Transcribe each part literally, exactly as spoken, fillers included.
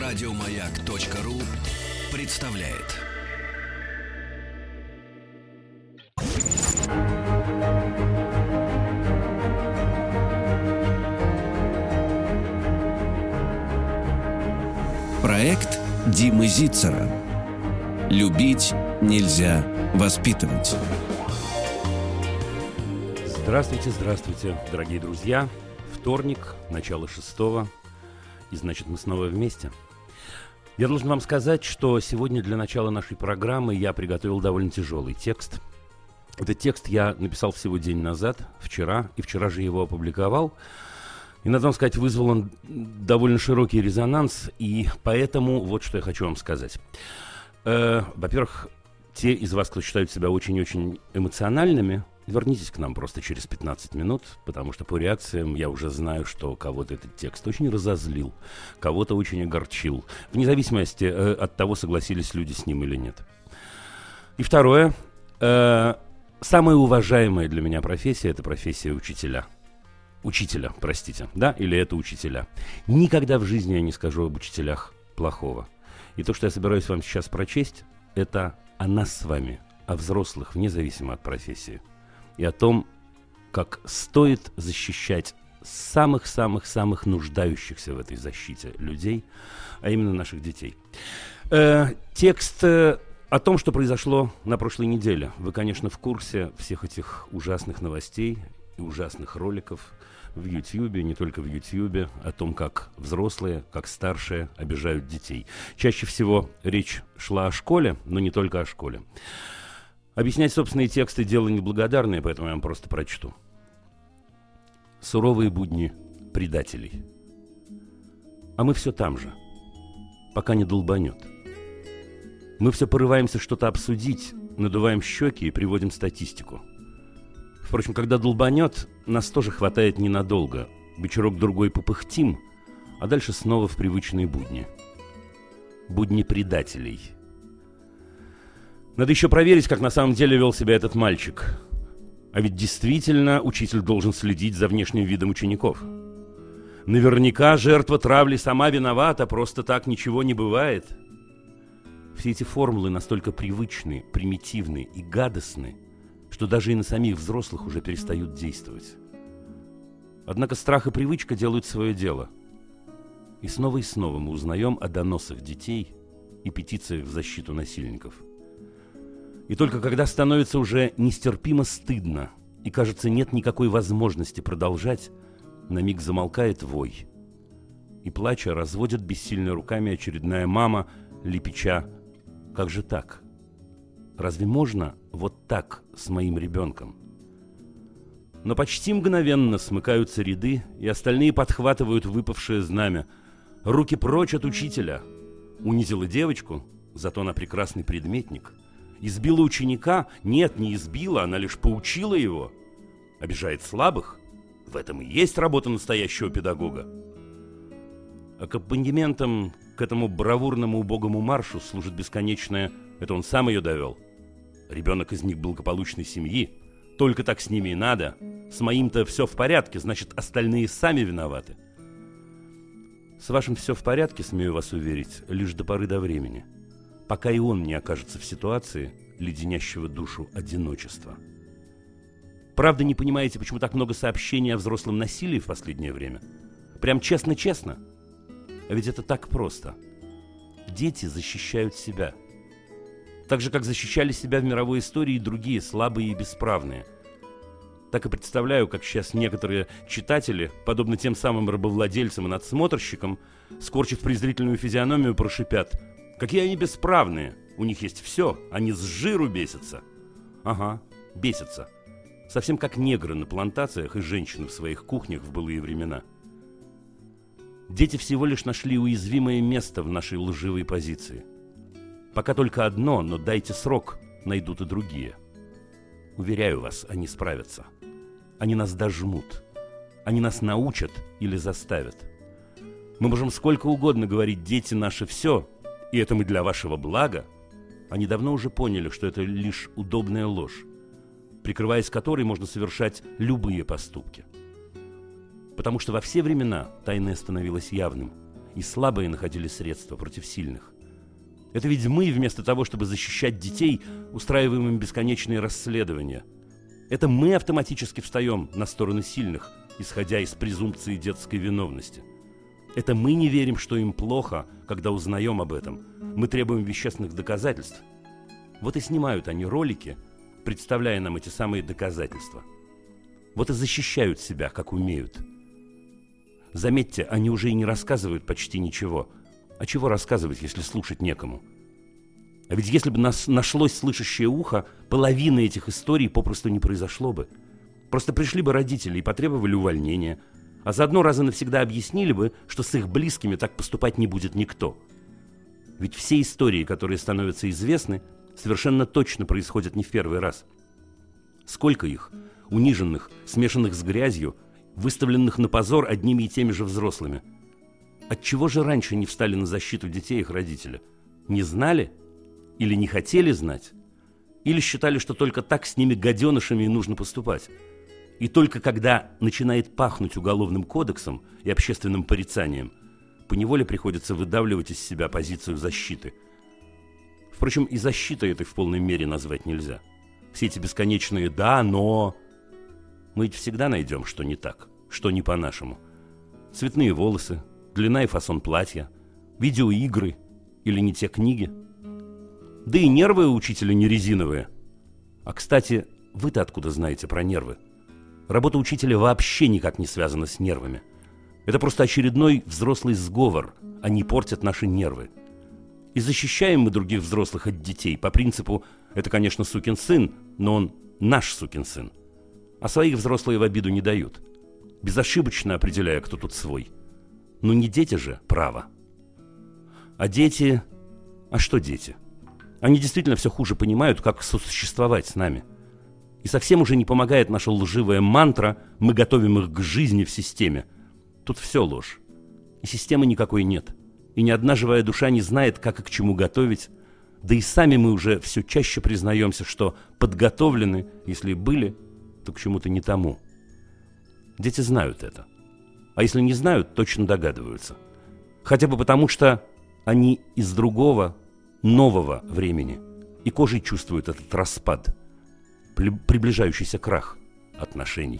Радиомаяк.ру представляет. Проект Димы Зицера. Любить нельзя воспитывать. Здравствуйте, здравствуйте, дорогие друзья. Вторник, начало шестого, и значит мы снова вместе. Я должен вам сказать, что сегодня для начала нашей программы я приготовил довольно тяжелый текст. Этот текст я написал всего день назад, вчера, и вчера же его опубликовал. И, надо вам сказать, вызвал он довольно широкий резонанс, и поэтому вот что я хочу вам сказать. Э, во-первых, те из вас, кто считают себя очень-очень эмоциональными, вернитесь к нам просто через пятнадцать минут, потому что по реакциям я уже знаю, что кого-то этот текст очень разозлил, кого-то очень огорчил, вне зависимости э, от того, согласились люди с ним или нет. И второе, э, самая уважаемая для меня профессия – это профессия учителя. Учителя, простите, да, или это учителя. Никогда в жизни я не скажу об учителях плохого. И то, что я собираюсь вам сейчас прочесть, это о нас с вами, о взрослых, вне зависимости от профессии. И о том, как стоит защищать самых-самых-самых нуждающихся в этой защите людей, а именно наших детей. Э, текст э, о том, что произошло на прошлой неделе. Вы, конечно, в курсе всех этих ужасных новостей и ужасных роликов в Ютьюбе, не только в Ютьюбе, о том, как взрослые, как старшие обижают детей. Чаще всего речь шла о школе, но не только о школе. Объяснять собственные тексты – дело неблагодарное, поэтому я вам просто прочту. Суровые будни предателей. А мы все там же, пока не долбанет. Мы все порываемся что-то обсудить, надуваем щеки и приводим статистику. Впрочем, когда долбанет, нас тоже хватает ненадолго. Вечерок-другой попыхтим, а дальше снова в привычные будни. Будни предателей. Надо еще проверить, как на самом деле вел себя этот мальчик. А ведь действительно учитель должен следить за внешним видом учеников. Наверняка жертва травли сама виновата, просто так ничего не бывает. Все эти формулы настолько привычны, примитивны и гадостны, что даже и на самих взрослых уже перестают действовать. Однако страх и привычка делают свое дело. И снова и снова мы узнаем о доносах детей и петициях в защиту насильников. И только когда становится уже нестерпимо стыдно и, кажется, нет никакой возможности продолжать, на миг замолкает вой. И, плача, разводит бессильно руками очередная мама, лепеча: «Как же так? Разве можно вот так с моим ребенком?» Но почти мгновенно смыкаются ряды, и остальные подхватывают выпавшее знамя. Руки прочь от учителя. Унизила девочку, зато она прекрасный предметник. Избила ученика? Нет, не избила, она лишь поучила его. Обижает слабых? В этом и есть работа настоящего педагога. Аккомпанементом к этому бравурному убогому маршу служит бесконечное «это он сам ее довел». Ребенок из них благополучной семьи. Только так с ними и надо. С моим-то все в порядке, значит, остальные сами виноваты. С вашим все в порядке, смею вас уверить, лишь до поры до времени. Пока и он не окажется в ситуации леденящего душу одиночества. Правда, не понимаете, почему так много сообщений о взрослом насилии в последнее время? Прям честно-честно. А ведь это так просто. Дети защищают себя. Так же, как защищали себя в мировой истории и другие слабые и бесправные. Так и представляю, как сейчас некоторые читатели, подобно тем самым рабовладельцам и надсмотрщикам, скорчив презрительную физиономию, прошипят: «Какие они бесправные! У них есть все, они с жиру бесятся!» Ага, бесятся. Совсем как негры на плантациях и женщины в своих кухнях в былые времена. Дети всего лишь нашли уязвимое место в нашей лживой позиции. Пока только одно, но дайте срок, найдут и другие. Уверяю вас, они справятся. Они нас дожмут. Они нас научат или заставят. Мы можем сколько угодно говорить: дети наши все, и это мы для вашего блага. Они давно уже поняли, что это лишь удобная ложь, прикрываясь которой можно совершать любые поступки. Потому что во все времена тайное становилось явным, и слабые находили средства против сильных. Это ведь мы, вместо того, чтобы защищать детей, устраиваем им бесконечные расследования. Это мы автоматически встаем на сторону сильных, исходя из презумпции детской виновности. Это мы не верим, что им плохо, когда узнаем об этом. Мы требуем вещественных доказательств. Вот и снимают они ролики, представляя нам эти самые доказательства. Вот и защищают себя, как умеют. Заметьте, они уже и не рассказывают почти ничего. А чего рассказывать, если слушать некому? А ведь если бы нас нашлось слышащее ухо, половины этих историй попросту не произошло бы. Просто пришли бы родители и потребовали увольнения, а заодно раз и навсегда объяснили бы, что с их близкими так поступать не будет никто. Ведь все истории, которые становятся известны, совершенно точно происходят не в первый раз. Сколько их, униженных, смешанных с грязью, выставленных на позор одними и теми же взрослыми. Отчего же раньше не встали на защиту детей их родители? Не знали? Или не хотели знать? Или считали, что только так с ними гаденышами и нужно поступать? И только когда начинает пахнуть уголовным кодексом и общественным порицанием, поневоле приходится выдавливать из себя позицию защиты. Впрочем, и защитой этой в полной мере назвать нельзя. Все эти бесконечные «да», «но». Мы ведь всегда найдем, что не так, что не по-нашему. Цветные волосы, длина и фасон платья, видеоигры или не те книги. Да и нервы у учителя не резиновые. А, кстати, вы-то откуда знаете про нервы? Работа учителя вообще никак не связана с нервами. Это просто очередной взрослый сговор. Они портят наши нервы. И защищаем мы других взрослых от детей по принципу «это, конечно, сукин сын, но он наш сукин сын». А своих взрослые в обиду не дают, безошибочно определяя, кто тут свой. Но не дети же, право. А дети... А что дети? Они действительно все хуже понимают, как сосуществовать с нами. И совсем уже не помогает наша лживая мантра «мы готовим их к жизни в системе». Тут все ложь. И системы никакой нет. И ни одна живая душа не знает, как и к чему готовить. Да и сами мы уже все чаще признаемся, что подготовлены, если и были, то к чему-то не тому. Дети знают это. А если не знают, точно догадываются. Хотя бы потому, что они из другого, нового времени и кожей чувствуют этот распад, приближающийся крах отношений.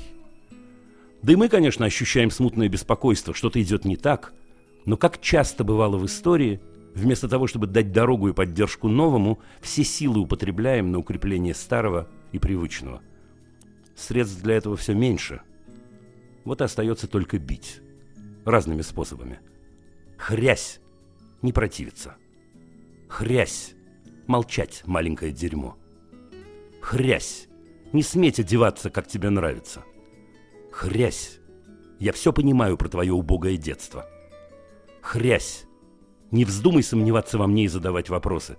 Да и мы, конечно, ощущаем смутное беспокойство, что-то идет не так, но как часто бывало в истории, вместо того, чтобы дать дорогу и поддержку новому, все силы употребляем на укрепление старого и привычного. Средств для этого все меньше. Вот и остается только бить. Разными способами. Хрясь, не противиться. Хрясь, молчать, маленькое дерьмо. Хрясь, не сметь одеваться, как тебе нравится. Хрясь, я все понимаю про твое убогое детство. Хрясь, не вздумай сомневаться во мне и задавать вопросы.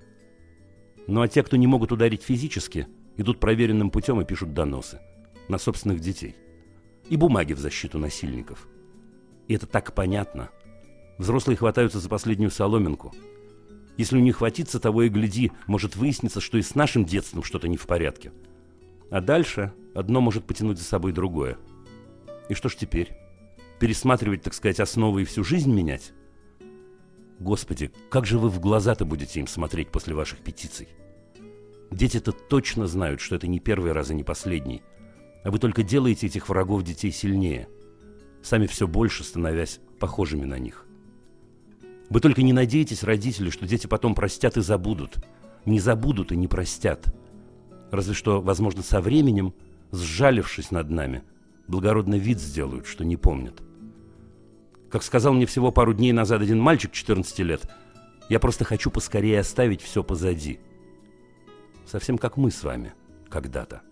Ну а те, кто не могут ударить физически, идут проверенным путем и пишут доносы на собственных детей и бумаги в защиту насильников. И это так понятно. Взрослые хватаются за последнюю соломинку. Если у них хватится, того и гляди, может выясниться, что и с нашим детством что-то не в порядке. А дальше одно может потянуть за собой другое. И что ж теперь? Пересматривать, так сказать, основы и всю жизнь менять? Господи, как же вы в глаза-то будете им смотреть после ваших петиций? Дети-то точно знают, что это не первый раз и не последний. А вы только делаете этих врагов детей сильнее, сами все больше становясь похожими на них. Вы только не надеетесь, родители, что дети потом простят и забудут. Не забудут и не простят. Разве что, возможно, со временем, сжалившись над нами, благородный вид сделают, что не помнят. Как сказал мне всего пару дней назад один мальчик четырнадцати лет, я просто хочу поскорее оставить все позади. Совсем как мы с вами когда-то.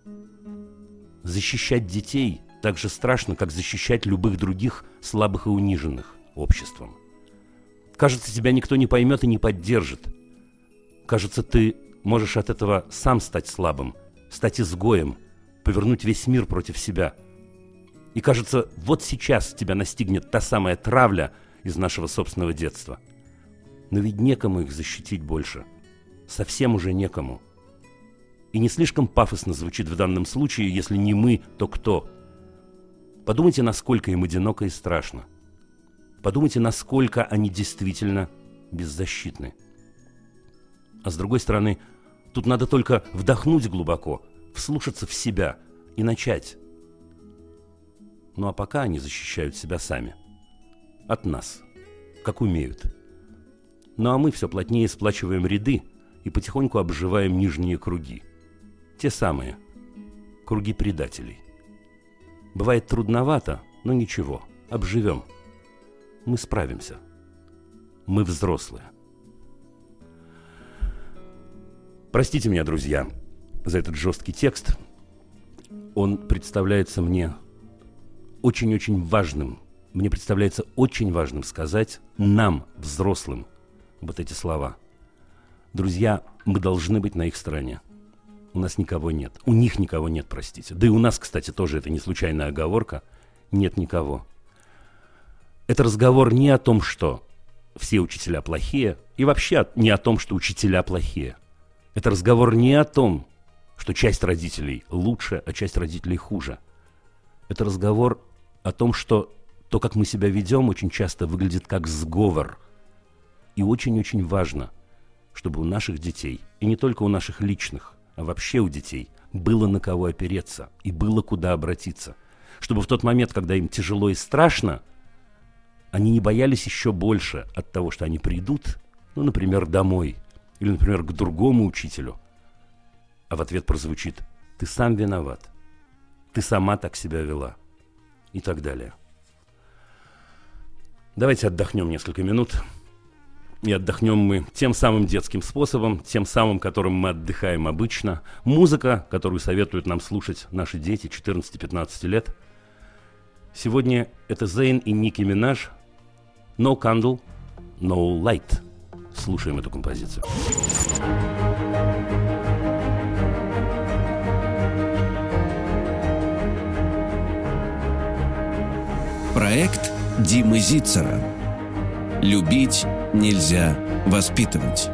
Защищать детей так же страшно, как защищать любых других слабых и униженных обществом. Кажется, тебя никто не поймет и не поддержит. Кажется, ты можешь от этого сам стать слабым, стать изгоем, повернуть весь мир против себя. И кажется, вот сейчас тебя настигнет та самая травля из нашего собственного детства. Но ведь некому их защитить больше. Совсем уже некому. И не слишком пафосно звучит в данном случае, если не мы, то кто? Подумайте, насколько им одиноко и страшно. Подумайте, насколько они действительно беззащитны. А с другой стороны, тут надо только вдохнуть глубоко, вслушаться в себя и начать. Ну а пока они защищают себя сами. От нас. Как умеют. Ну а мы все плотнее сплачиваем ряды и потихоньку обживаем нижние круги. Те самые. Круги предателей. Бывает трудновато, но ничего. Обживем. Мы справимся. Мы взрослые. Простите меня, друзья, за этот жесткий текст. Он представляется мне очень-очень важным. Мне представляется очень важным сказать нам, взрослым, вот эти слова. Друзья, мы должны быть на их стороне. У нас никого нет. У них никого нет, простите. Да и у нас, кстати, тоже это не случайная оговорка. Нет никого. Это разговор не о том, что все учителя плохие, и вообще не о том, что учителя плохие. Это разговор не о том, что часть родителей лучше, а часть родителей хуже. Это разговор о том, что то, как мы себя ведем, очень часто выглядит как сговор. И очень-очень важно, чтобы у наших детей, и не только у наших личных, а вообще у детей, было на кого опереться и было куда обратиться. Чтобы в тот момент, когда им тяжело и страшно, они не боялись еще больше от того, что они придут, ну, например, домой, или, например, к другому учителю, а в ответ прозвучит: «Ты сам виноват, ты сама так себя вела», и так далее. Давайте отдохнем несколько минут. И отдохнем мы тем самым детским способом, тем самым, которым мы отдыхаем обычно. Музыка, которую советуют нам слушать наши дети четырнадцати-пятнадцати лет. Сегодня это Зейн и Ники Минаж. No Candle, No Light. Слушаем эту композицию. Проект Димы Зицера. Любить нельзя воспитывать.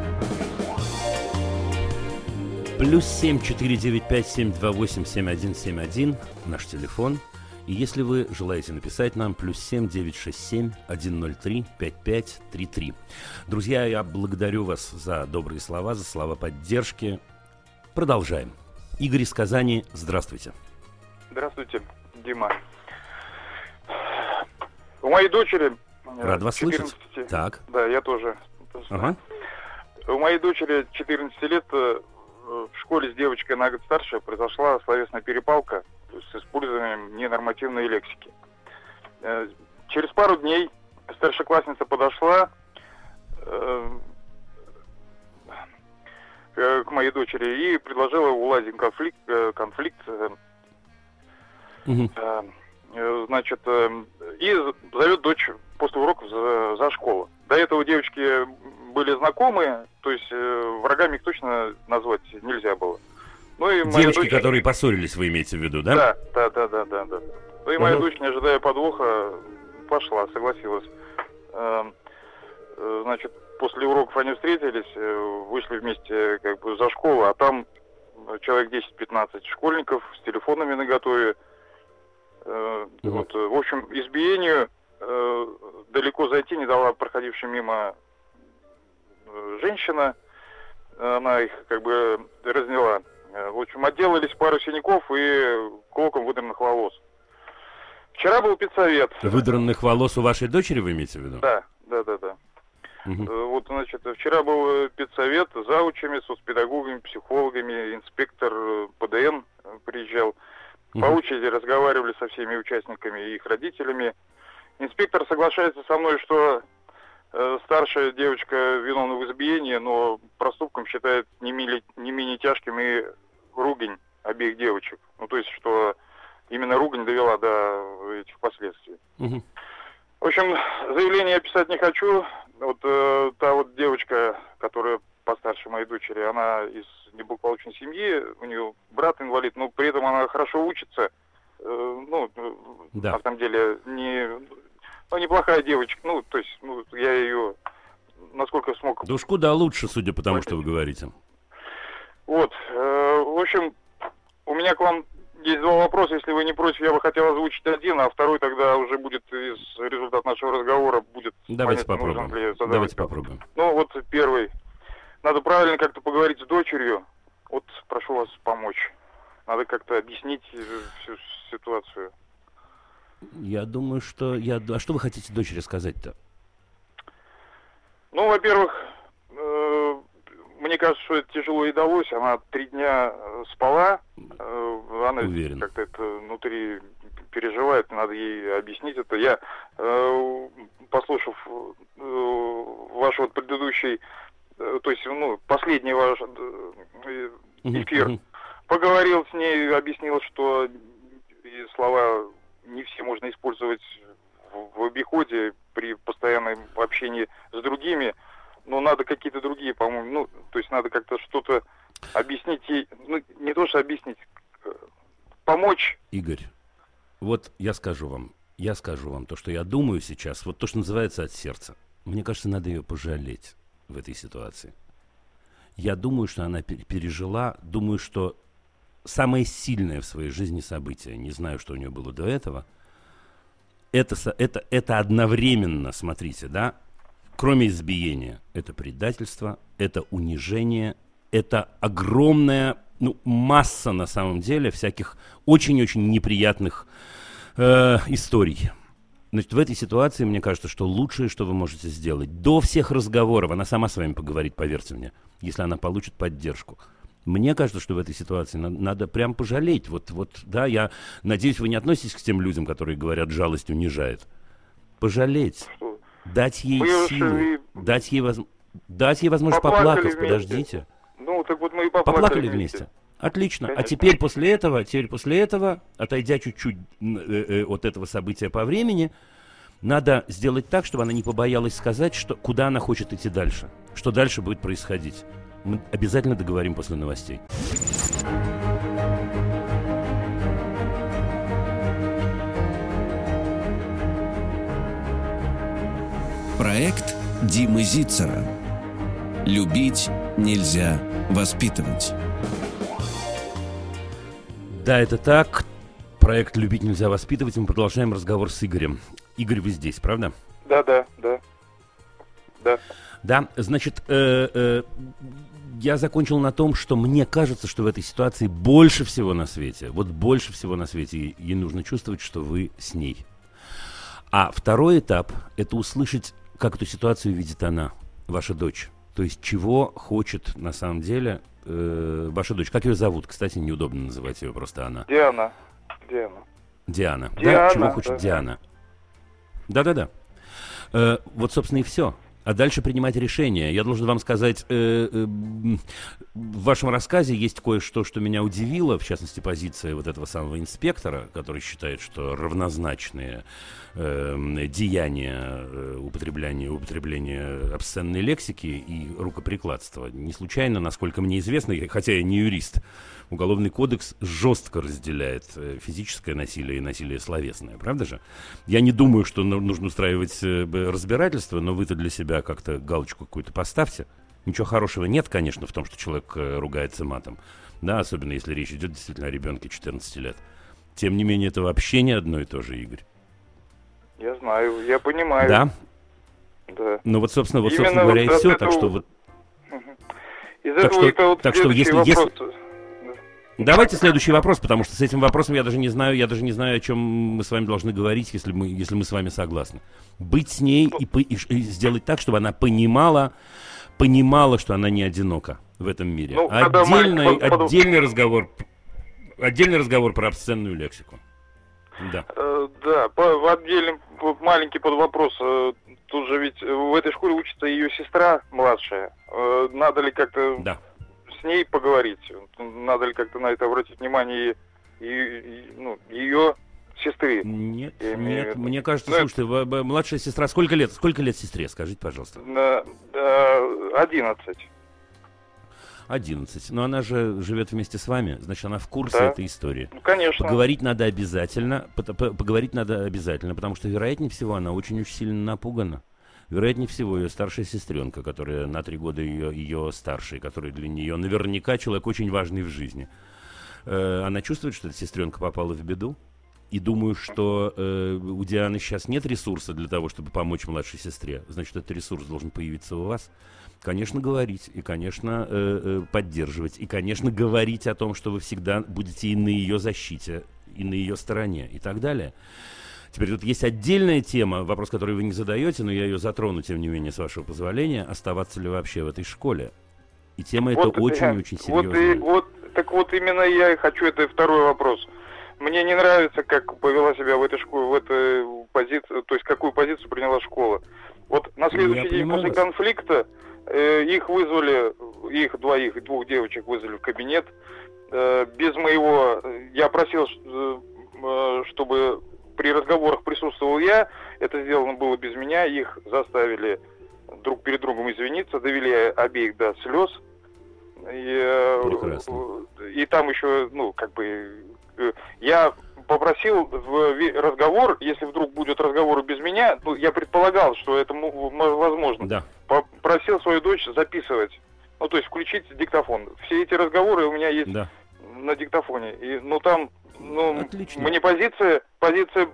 Плюс семь четыре девять пять семь два восемь семь один семь один наш телефон. И если вы желаете написать нам, плюс семь девять шесть семь один ноль три пять пять три три. Друзья, я благодарю вас за добрые слова, за слова поддержки. Продолжаем. Игорь из Казани, здравствуйте. Здравствуйте, Дима. У моей дочери... Рад вас четырнадцати, слышать. Так. Да, я тоже. Ага. У моей дочери четырнадцати лет в школе с девочкой на год старше произошла словесная перепалка с использованием ненормативной лексики. Через пару дней старшеклассница подошла э, к моей дочери и предложила уладить конфликт, конфликт угу. э, значит, э, и зовет дочь после уроков за, за школу. До этого девочки были знакомы, то есть э, врагами их точно назвать нельзя было. Ну, и девочки, дочь... которые поссорились, вы имеете в виду, да? Да, да, да, да, да, да. Ну и моя uh-huh. дочь, не ожидая подвоха, пошла, согласилась. Э, э, значит, после уроков они встретились, э, вышли вместе как бы за школу, а там человек десять-пятнадцать школьников с телефонами наготове. Э, uh-huh. Вот, в общем, избиению э, далеко зайти не дала проходившая мимо э, женщина. Она их как бы разняла. В общем, отделались пару синяков и клоком выдранных волос. Вчера был педсовет. Выдранных волос у вашей дочери, вы имеете в виду? Да, да, да, да. Угу. Вот, значит, вчера был педсовет с заучами, соцпедагогами, психологами, инспектор ПДН приезжал. Угу. По очереди разговаривали со всеми участниками и их родителями. Инспектор соглашается со мной, что э, старшая девочка виновна в избиении, но проступком считает не, мили, не менее тяжким и ругань обеих девочек. Ну, то есть, что именно ругань довела до этих последствий. Угу. В общем, заявление я писать не хочу. Вот э, та вот девочка, которая постарше моей дочери, она из неблагополучной семьи, у нее брат инвалид, но при этом она хорошо учится. Э, ну, да. На самом деле, не, ну, неплохая девочка. Ну, то есть, ну, я ее, насколько смог... Да уж куда лучше, судя по тому, что вы говорите. Вот, э, в общем, у меня к вам есть два вопроса. Если вы не против, я бы хотел озвучить один, а второй тогда уже будет из результат нашего разговора будет. Давайте понятно, попробуем. нужно ли задавать. Давайте попробуем. Ну вот первый. Надо правильно как-то поговорить с дочерью. Вот прошу вас помочь. Надо как-то объяснить всю ситуацию. Я думаю, что... Я... А что вы хотите дочери сказать-то? Ну, во-первых, э, мне кажется, что это тяжело ей далось. Она три дня спала. Э, она Уверен. как-то это внутри переживает. Надо ей объяснить это. Я, э, послушав э, ваш вот предыдущий, э, то есть, ну, последний ваш э, эфир, uh-huh. поговорил с ней, объяснил, что слова не все можно использовать в, в обиходе при постоянном общении с другими, но надо какие-то другие, по-моему, ну, то есть надо как-то что-то объяснить ей, ну, не то, что объяснить, помочь. Игорь, вот я скажу вам, я скажу вам то, что я думаю сейчас, вот то, что называется от сердца. Мне кажется, надо ее пожалеть в этой ситуации. Я думаю, что она пережила, думаю, что самое сильное в своей жизни событие, не знаю, что у нее было до этого, это, это, это одновременно, смотрите, да, кроме избиения, это предательство, это унижение, это огромная, ну, масса на самом деле всяких очень-очень неприятных э, историй. Значит, в этой ситуации, мне кажется, что лучшее, что вы можете сделать, до всех разговоров, она сама с вами поговорит, поверьте мне, если она получит поддержку. Мне кажется, что в этой ситуации надо, надо прям пожалеть. Вот, вот, да, я надеюсь, вы не относитесь к тем людям, которые говорят, жалость унижает. Пожалеть, что? Дать ей мы силу, и... дать ей, воз... дать ей возможность поплакать, подождите. Ну, так вот мы и поплакали, поплакали вместе. вместе. Отлично. Конечно. А теперь после этого, теперь после этого, отойдя чуть-чуть э, э, от этого события по времени, надо сделать так, чтобы она не побоялась сказать, что, куда она хочет идти дальше, что дальше будет происходить. Мы обязательно договорим после новостей. Проект Димы Зицера. Любить нельзя воспитывать. Да, это так. Проект «Любить нельзя воспитывать». Мы продолжаем разговор с Игорем. Игорь, вы здесь, правда? Да, да, да. Да. Да, значит, э, э, я закончил на том, что мне кажется, что в этой ситуации больше всего на свете, вот больше всего на свете ей нужно чувствовать, что вы с ней. А второй этап – это услышать, как эту ситуацию видит она, ваша дочь. То есть, чего хочет на самом деле э, ваша дочь. Как ее зовут? Кстати, неудобно называть ее просто она. Диана. Диана. Диана. Диана, да? Чего хочет да. Диана? Да-да-да. Э, вот, собственно, и все. А дальше принимать решение. Я должен вам сказать, э, э, в вашем рассказе есть кое-что, что меня удивило, в частности, позиция вот этого самого инспектора, который считает, что равнозначные э, деяния э, употребления, употребления обсценной лексики и рукоприкладства. Не случайно, насколько мне известно, хотя я не юрист, Уголовный кодекс жестко разделяет физическое насилие и насилие словесное, правда же? Я не думаю, что нужно устраивать разбирательство, но вы-то для себя как-то галочку какую-то поставьте. Ничего хорошего нет, конечно, в том, что человек ругается матом, да, особенно если речь идет действительно о ребенке четырнадцати лет. Тем не менее, это вообще не одно и то же, Игорь. Я знаю, я понимаю. Да? Да. Ну вот, собственно, вот, собственно говоря, и все, так что вот... Из так что, это вот так что если, если... Давайте следующий вопрос, потому что с этим вопросом я даже не знаю, я даже не знаю, о чем мы с вами должны говорить, если мы, если мы с вами согласны. Быть с ней и, и, и сделать так, чтобы она понимала, понимала, что она не одинока в этом мире. Ну, отдельный, мы... отдельный разговор, отдельный разговор про обсценную лексику. Да. Э, да, по, отдельный маленький подвопрос. Тут же ведь в этой школе учится ее сестра младшая. Э, надо ли как-то... Да. С ней поговорить, надо ли как-то на это обратить внимание и, и, и, ну, ее сестры. Нет, нет, мне кажется, ну, слушайте, это... младшая сестра, сколько лет, сколько лет сестре, скажите, пожалуйста? Одиннадцать. Одиннадцать. Но она же живет вместе с вами, значит, она в курсе да. этой истории. Ну, конечно. Поговорить надо обязательно, поговорить надо обязательно, потому что, вероятнее всего, она очень-очень сильно напугана. Вероятнее всего, ее старшая сестренка, которая на три года ее, ее старше, который для нее наверняка человек очень важный в жизни. э, она чувствует, что эта сестренка попала в беду. И думаю, что э, у Дианы сейчас нет ресурса для того, чтобы помочь младшей сестре. Значит, этот ресурс должен появиться у вас. Конечно, говорить, и, конечно, э, э, поддерживать, и, конечно, говорить о том, что вы всегда будете и на ее защите, и на ее стороне, и так далее. Теперь тут есть отдельная тема, вопрос, который вы не задаете, но я ее затрону, тем не менее, с вашего позволения. Оставаться ли вообще в этой школе? И тема эта очень-очень серьезная. Вот, вот, так вот именно я и хочу, это второй вопрос. Мне не нравится, как повела себя в этой школе, в этой позиции, то есть какую позицию приняла школа. Вот на следующий день после вас. конфликта э, их вызвали, их двоих, двух девочек вызвали в кабинет. Э, без моего, я просил, э, чтобы при разговорах присутствовал я, это сделано было без меня, их заставили друг перед другом извиниться, довели обеих до слез. И, Прекрасно. И там еще, ну, как бы... Я попросил в разговор, если вдруг будет разговор без меня, ну, я предполагал, что это возможно. Да. Попросил свою дочь записывать, ну, то есть включить диктофон. Все эти разговоры у меня есть да. на диктофоне. И, ну, там, ну, Отлично. мне позиция, позиция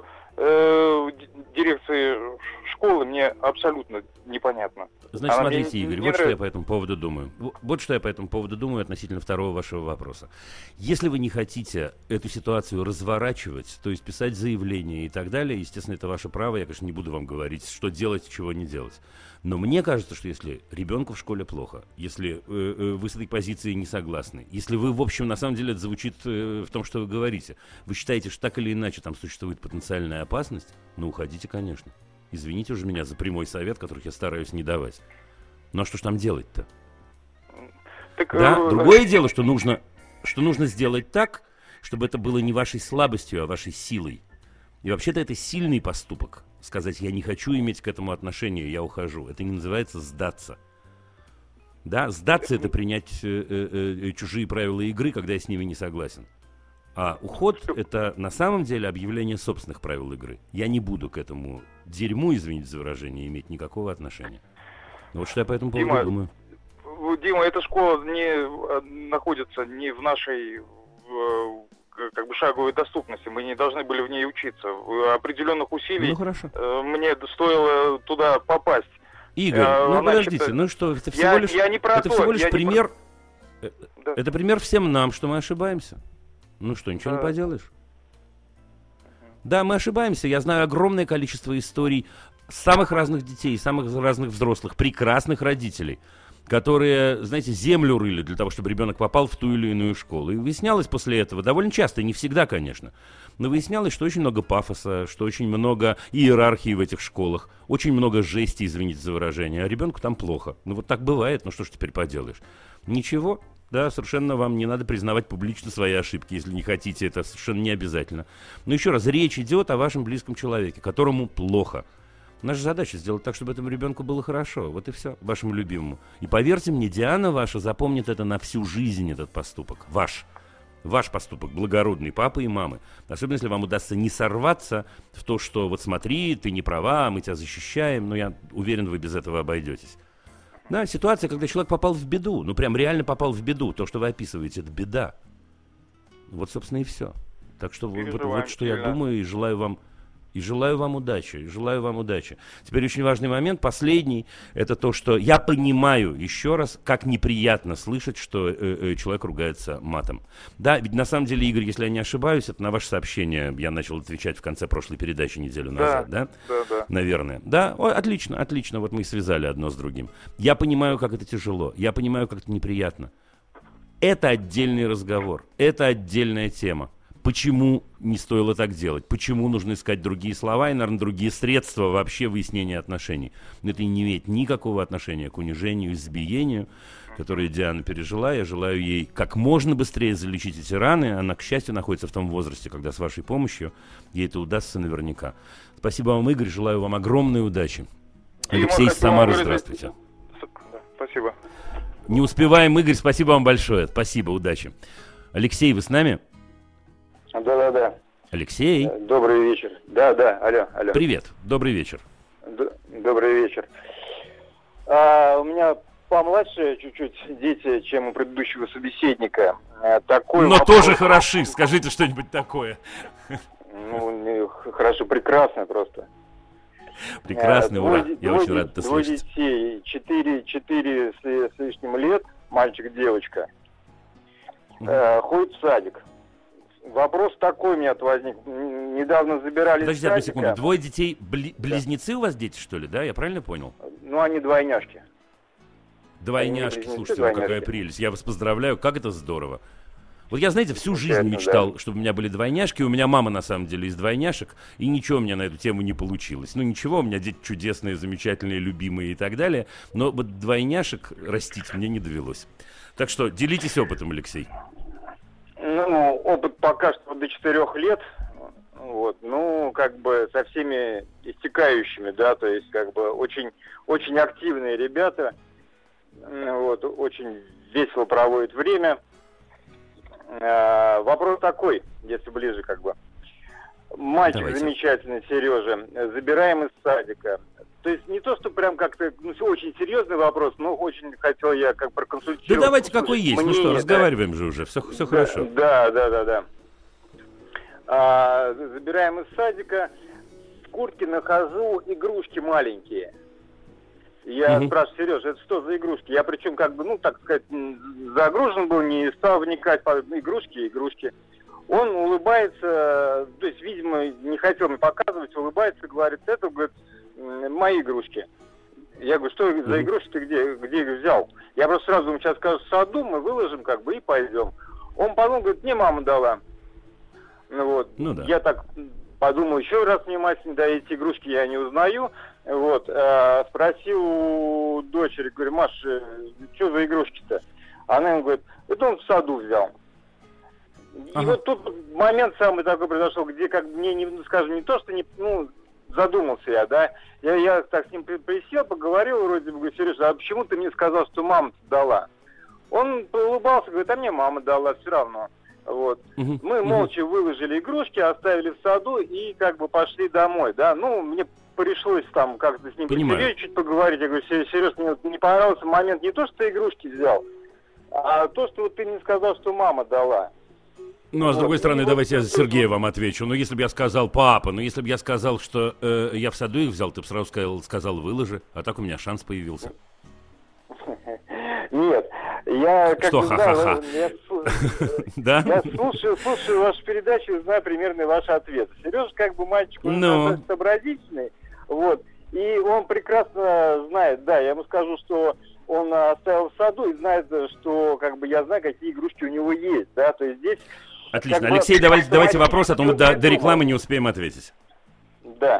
э, дирекции школы мне абсолютно непонятна. Значит, Она смотрите, Игорь, вот что я по этому поводу думаю. Вот что я по этому поводу думаю относительно второго вашего вопроса. Если вы не хотите эту ситуацию разворачивать, то есть писать заявления и так далее, естественно, это ваше право, я, конечно, не буду вам говорить, что делать, чего не делать. Но мне кажется, что если ребенку в школе плохо, если э, э, вы с этой позицией не согласны, если вы, в общем, на самом деле это звучит э, в том, что вы говорите, вы считаете, что так или иначе там существует потенциальная опасность, ну, уходите, конечно. Извините уже меня за прямой совет, который я стараюсь не давать. Ну а что ж там делать-то? Так, да, э... другое дело, что нужно, что нужно сделать так, чтобы это было не вашей слабостью, а вашей силой. И вообще-то это сильный поступок. Сказать, я не хочу иметь к этому отношения, я ухожу. Это не называется сдаться. Да, сдаться — это принять э, э, э, чужие правила игры, когда я с ними не согласен. А уход — это на самом деле объявление собственных правил игры. Я не буду к этому дерьму, извините за выражение, иметь никакого отношения. Вот что я по этому поводу Дима, думаю. Дима, эта школа не находится не в нашей в, как бы шаговой доступности. Мы не должны были в ней учиться. Определенных усилий ну, хорошо. мне стоило туда попасть. Игорь, а, ну значит, подождите, ну что, это всего я, лишь, я не это всего лишь пример, про... да. это пример всем нам, что мы ошибаемся. Ну что, ничего да. не поделаешь. Да, мы ошибаемся. Я знаю огромное количество историй самых разных детей, самых разных взрослых, прекрасных родителей, которые, знаете, землю рыли для того, чтобы ребенок попал в ту или иную школу. И выяснялось после этого, довольно часто, не всегда, конечно, но выяснялось, что очень много пафоса, что очень много иерархии в этих школах, очень много жести, извините за выражение, а ребенку там плохо. Ну вот так бывает, ну что ж теперь поделаешь. Ничего. Да, совершенно вам не надо признавать публично свои ошибки, если не хотите, это совершенно не обязательно. Но еще раз, речь идет о вашем близком человеке, которому плохо. Наша задача сделать так, чтобы этому ребенку было хорошо. Вот и все, вашему любимому. И поверьте мне, Диана ваша запомнит это на всю жизнь, этот поступок. Ваш. Ваш поступок, благородный, папы и мамы. Особенно, если вам удастся не сорваться в то, что вот смотри, ты не права, мы тебя защищаем. Но я уверен, вы без этого обойдетесь. Да, ситуация, когда человек попал в беду, ну прям реально попал в беду. То, что вы описываете, это беда. Вот, собственно, и все. Так что вот, вот, вот что я думаю, и желаю вам, и желаю вам удачи, и желаю вам удачи. Теперь очень важный момент, последний, это то, что я понимаю еще раз, как неприятно слышать, что э, э, человек ругается матом. Да, ведь на самом деле, Игорь, если я не ошибаюсь, это на ваше сообщение я начал отвечать в конце прошлой передачи неделю назад, да? Да, да. Наверное. Да, Ой, отлично, отлично, вот мы и связали одно с другим. Я понимаю, как это тяжело, я понимаю, как это неприятно. Это отдельный разговор, это отдельная тема. Почему не стоило так делать? Почему нужно искать другие слова и, наверное, другие средства вообще выяснения отношений? Но это не имеет никакого отношения к унижению, избиению, которое Диана пережила. Я желаю ей как можно быстрее залечить эти раны. Она, к счастью, находится в том возрасте, когда с вашей помощью ей это удастся наверняка. Спасибо вам, Игорь. Желаю вам огромной удачи. Алексей из Самары, здравствуйте. Спасибо. Не успеваем, Игорь. Спасибо вам большое. Спасибо, удачи. Алексей, вы с нами? Да-да-да. Алексей. Добрый вечер. Да-да, алло, алло. Привет, добрый вечер. Д- добрый вечер. А, у меня помладше чуть-чуть дети, чем у предыдущего собеседника. такой Но вопрос. тоже хороши. Скажите что-нибудь такое. Ну, хорошо, прекрасно просто. Прекрасно, ура. Двое, Я двое, очень рад это двое слышать. детей, четыре, четыре с, с лишним лет, мальчик, девочка, Мгм. э, ходит в садик. Вопрос такой у меня возник. Н- Недавно забирали из Подождите одну садика. секунду. Двое детей, бли- близнецы у вас дети, что ли, да? Я правильно понял? Ну, они двойняшки. Двойняшки, близнецы, слушайте, ну какая двойняшки. прелесть. Я вас поздравляю, как это здорово. Вот я, знаете, всю жизнь Замечательно, мечтал, да. чтобы у меня были двойняшки. У меня мама, на самом деле, из двойняшек, и ничего у меня на эту тему не получилось. Ну, ничего, у меня дети чудесные, замечательные, любимые и так далее. Но вот двойняшек растить мне не довелось. Так что делитесь опытом, Алексей. Ну, опыт пока что до четырех лет. Вот, ну, как бы со всеми истекающими, да, то есть, как бы, очень, очень активные ребята. М, Вот, очень весело проводят время. А, вопрос такой, если ближе, как бы. Мальчик Давайте. замечательный, Сережа, забираем из садика. То есть не то, что прям как-то, ну, очень серьезный вопрос, но очень хотел я как проконсультировать. Да давайте услышать какой есть. Ну мнение, что, да. разговариваем же уже, все, все хорошо. Да, да, да, да. А, забираем из садика, в куртке нахожу игрушки маленькие. Я Мгм. спрашиваю: Сережа, это что за игрушки? Я причем как бы, ну, так сказать, м, загружен был, не стал вникать по игрушки, игрушки. Он улыбается, то есть, видимо, не хотел мне показывать, улыбается, говорит: это, говорит, м, мои игрушки. Я говорю: что за Мгм. игрушки ты где, где их взял? Я просто сразу ему сейчас скажу: в саду, мы выложим, как бы, и пойдем. Он подумал, говорит: мне мама дала. Ну вот. Ну да. Я так подумал еще раз внимательно, да, эти игрушки я не узнаю. Вот. э, спросил у дочери, говорю: Маш, что за игрушки-то? Она ему говорит: это он в саду взял. И Ага. вот тут момент самый такой произошел, где, как мне, не, ну, скажем, не то, что не, ну, задумался я, да, я, я так с ним при- присел, поговорил, вроде бы, говорю: Сережа, а почему ты мне сказал, что мама дала? Он улыбался, говорит: а мне мама дала, все равно. Вот. Мгм. Мы Мгм. молча выложили игрушки, оставили в саду и как бы пошли домой, да. Ну, мне пришлось там как-то с ним Понимаю. посерьезнее чуть поговорить. Я говорю: Сереж, мне вот не понравился момент не то, что ты игрушки взял, а то, что вот ты мне сказал, что мама дала. Ну, а с Вот. другой стороны, И давайте я вот- за Сергея вам отвечу. Ну, если бы я сказал: папа, ну, если бы я сказал, что э, я в саду их взял, ты бы сразу сказал, сказал выложи, а так у меня шанс появился. Нет, я как Что бы ха-ха-ха? знаю, я, слу- Да? я слушаю, слушаю вашу передачу и знаю примерно ваши ответы. Сережа как бы мальчик уже Ну. достаточно сообразительный, вот, и он прекрасно знает, да, я ему скажу, что он оставил в саду и знает, что как бы я знаю, какие игрушки у него есть, да, то есть здесь... Отлично. как бы Алексей, давайте, давайте вопрос, а то мы до, до придумал. рекламы не успеем ответить. Да.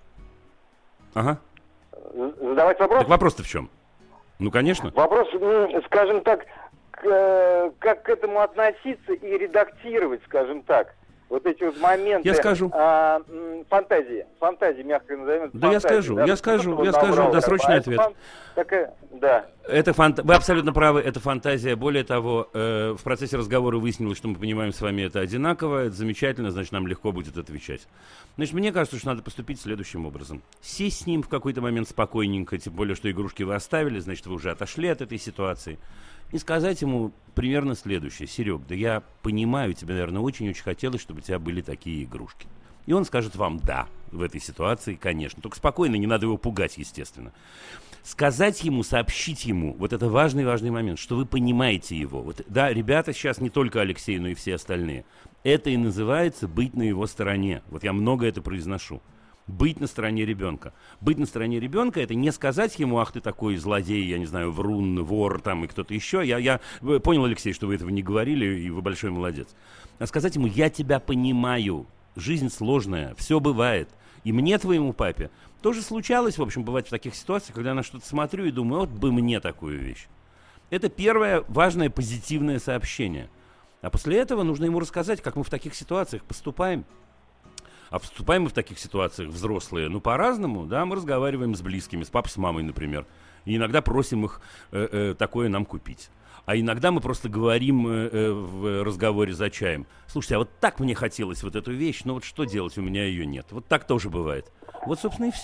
Ага. Задавать вопрос? Так вопрос-то в чем? Ну, конечно. Вопрос, м, скажем так, к, э, как к этому относиться и редактировать, скажем так, вот эти вот моменты. Я скажу. а, м, фантазии, фантазии, мягко назовем. Да я фантазии, скажу, да, я то, скажу, что вот я скажу, набрал, как бы, досрочный а это ответ. фан- такая, да. Это фант... Вы абсолютно правы, это фантазия. Более того, э, в процессе разговора выяснилось, что мы понимаем с вами это одинаково. Это замечательно, значит, нам легко будет отвечать. Значит, мне кажется, что надо поступить следующим образом. Сесть с ним в какой-то момент спокойненько, тем более, что игрушки вы оставили, значит, вы уже отошли от этой ситуации. И сказать ему примерно следующее: Серег, да я понимаю, тебе, наверное, очень-очень хотелось, чтобы у тебя были такие игрушки. И он скажет вам «да» в этой ситуации, конечно. Только спокойно, не надо его пугать, естественно. Сказать ему, сообщить ему, вот это важный-важный момент, что вы понимаете его. Вот, да, ребята сейчас, не только Алексей, но и все остальные. Это и называется быть на его стороне. Вот я много это произношу. Быть на стороне ребенка. Быть на стороне ребенка — это не сказать ему: ах, ты такой злодей, я не знаю, врун, вор там и кто-то еще. Я, я понял, Алексей, что вы этого не говорили, и вы большой молодец. А сказать ему: я тебя понимаю, жизнь сложная, все бывает. И мне, твоему папе, тоже случалось, в общем, бывать в таких ситуациях, когда я на что-то смотрю и думаю: вот бы мне такую вещь. Это первое важное позитивное сообщение. А после этого нужно ему рассказать, как мы в таких ситуациях поступаем. А поступаем мы в таких ситуациях, взрослые, ну, по-разному, да, мы разговариваем с близкими, с папой, с мамой, например, и иногда просим их э, э, такое нам купить. А иногда мы просто говорим э, э, в разговоре за чаем: слушайте, а вот так мне хотелось вот эту вещь, но вот что делать, у меня ее нет. Вот так тоже бывает. Вот, собственно, и все.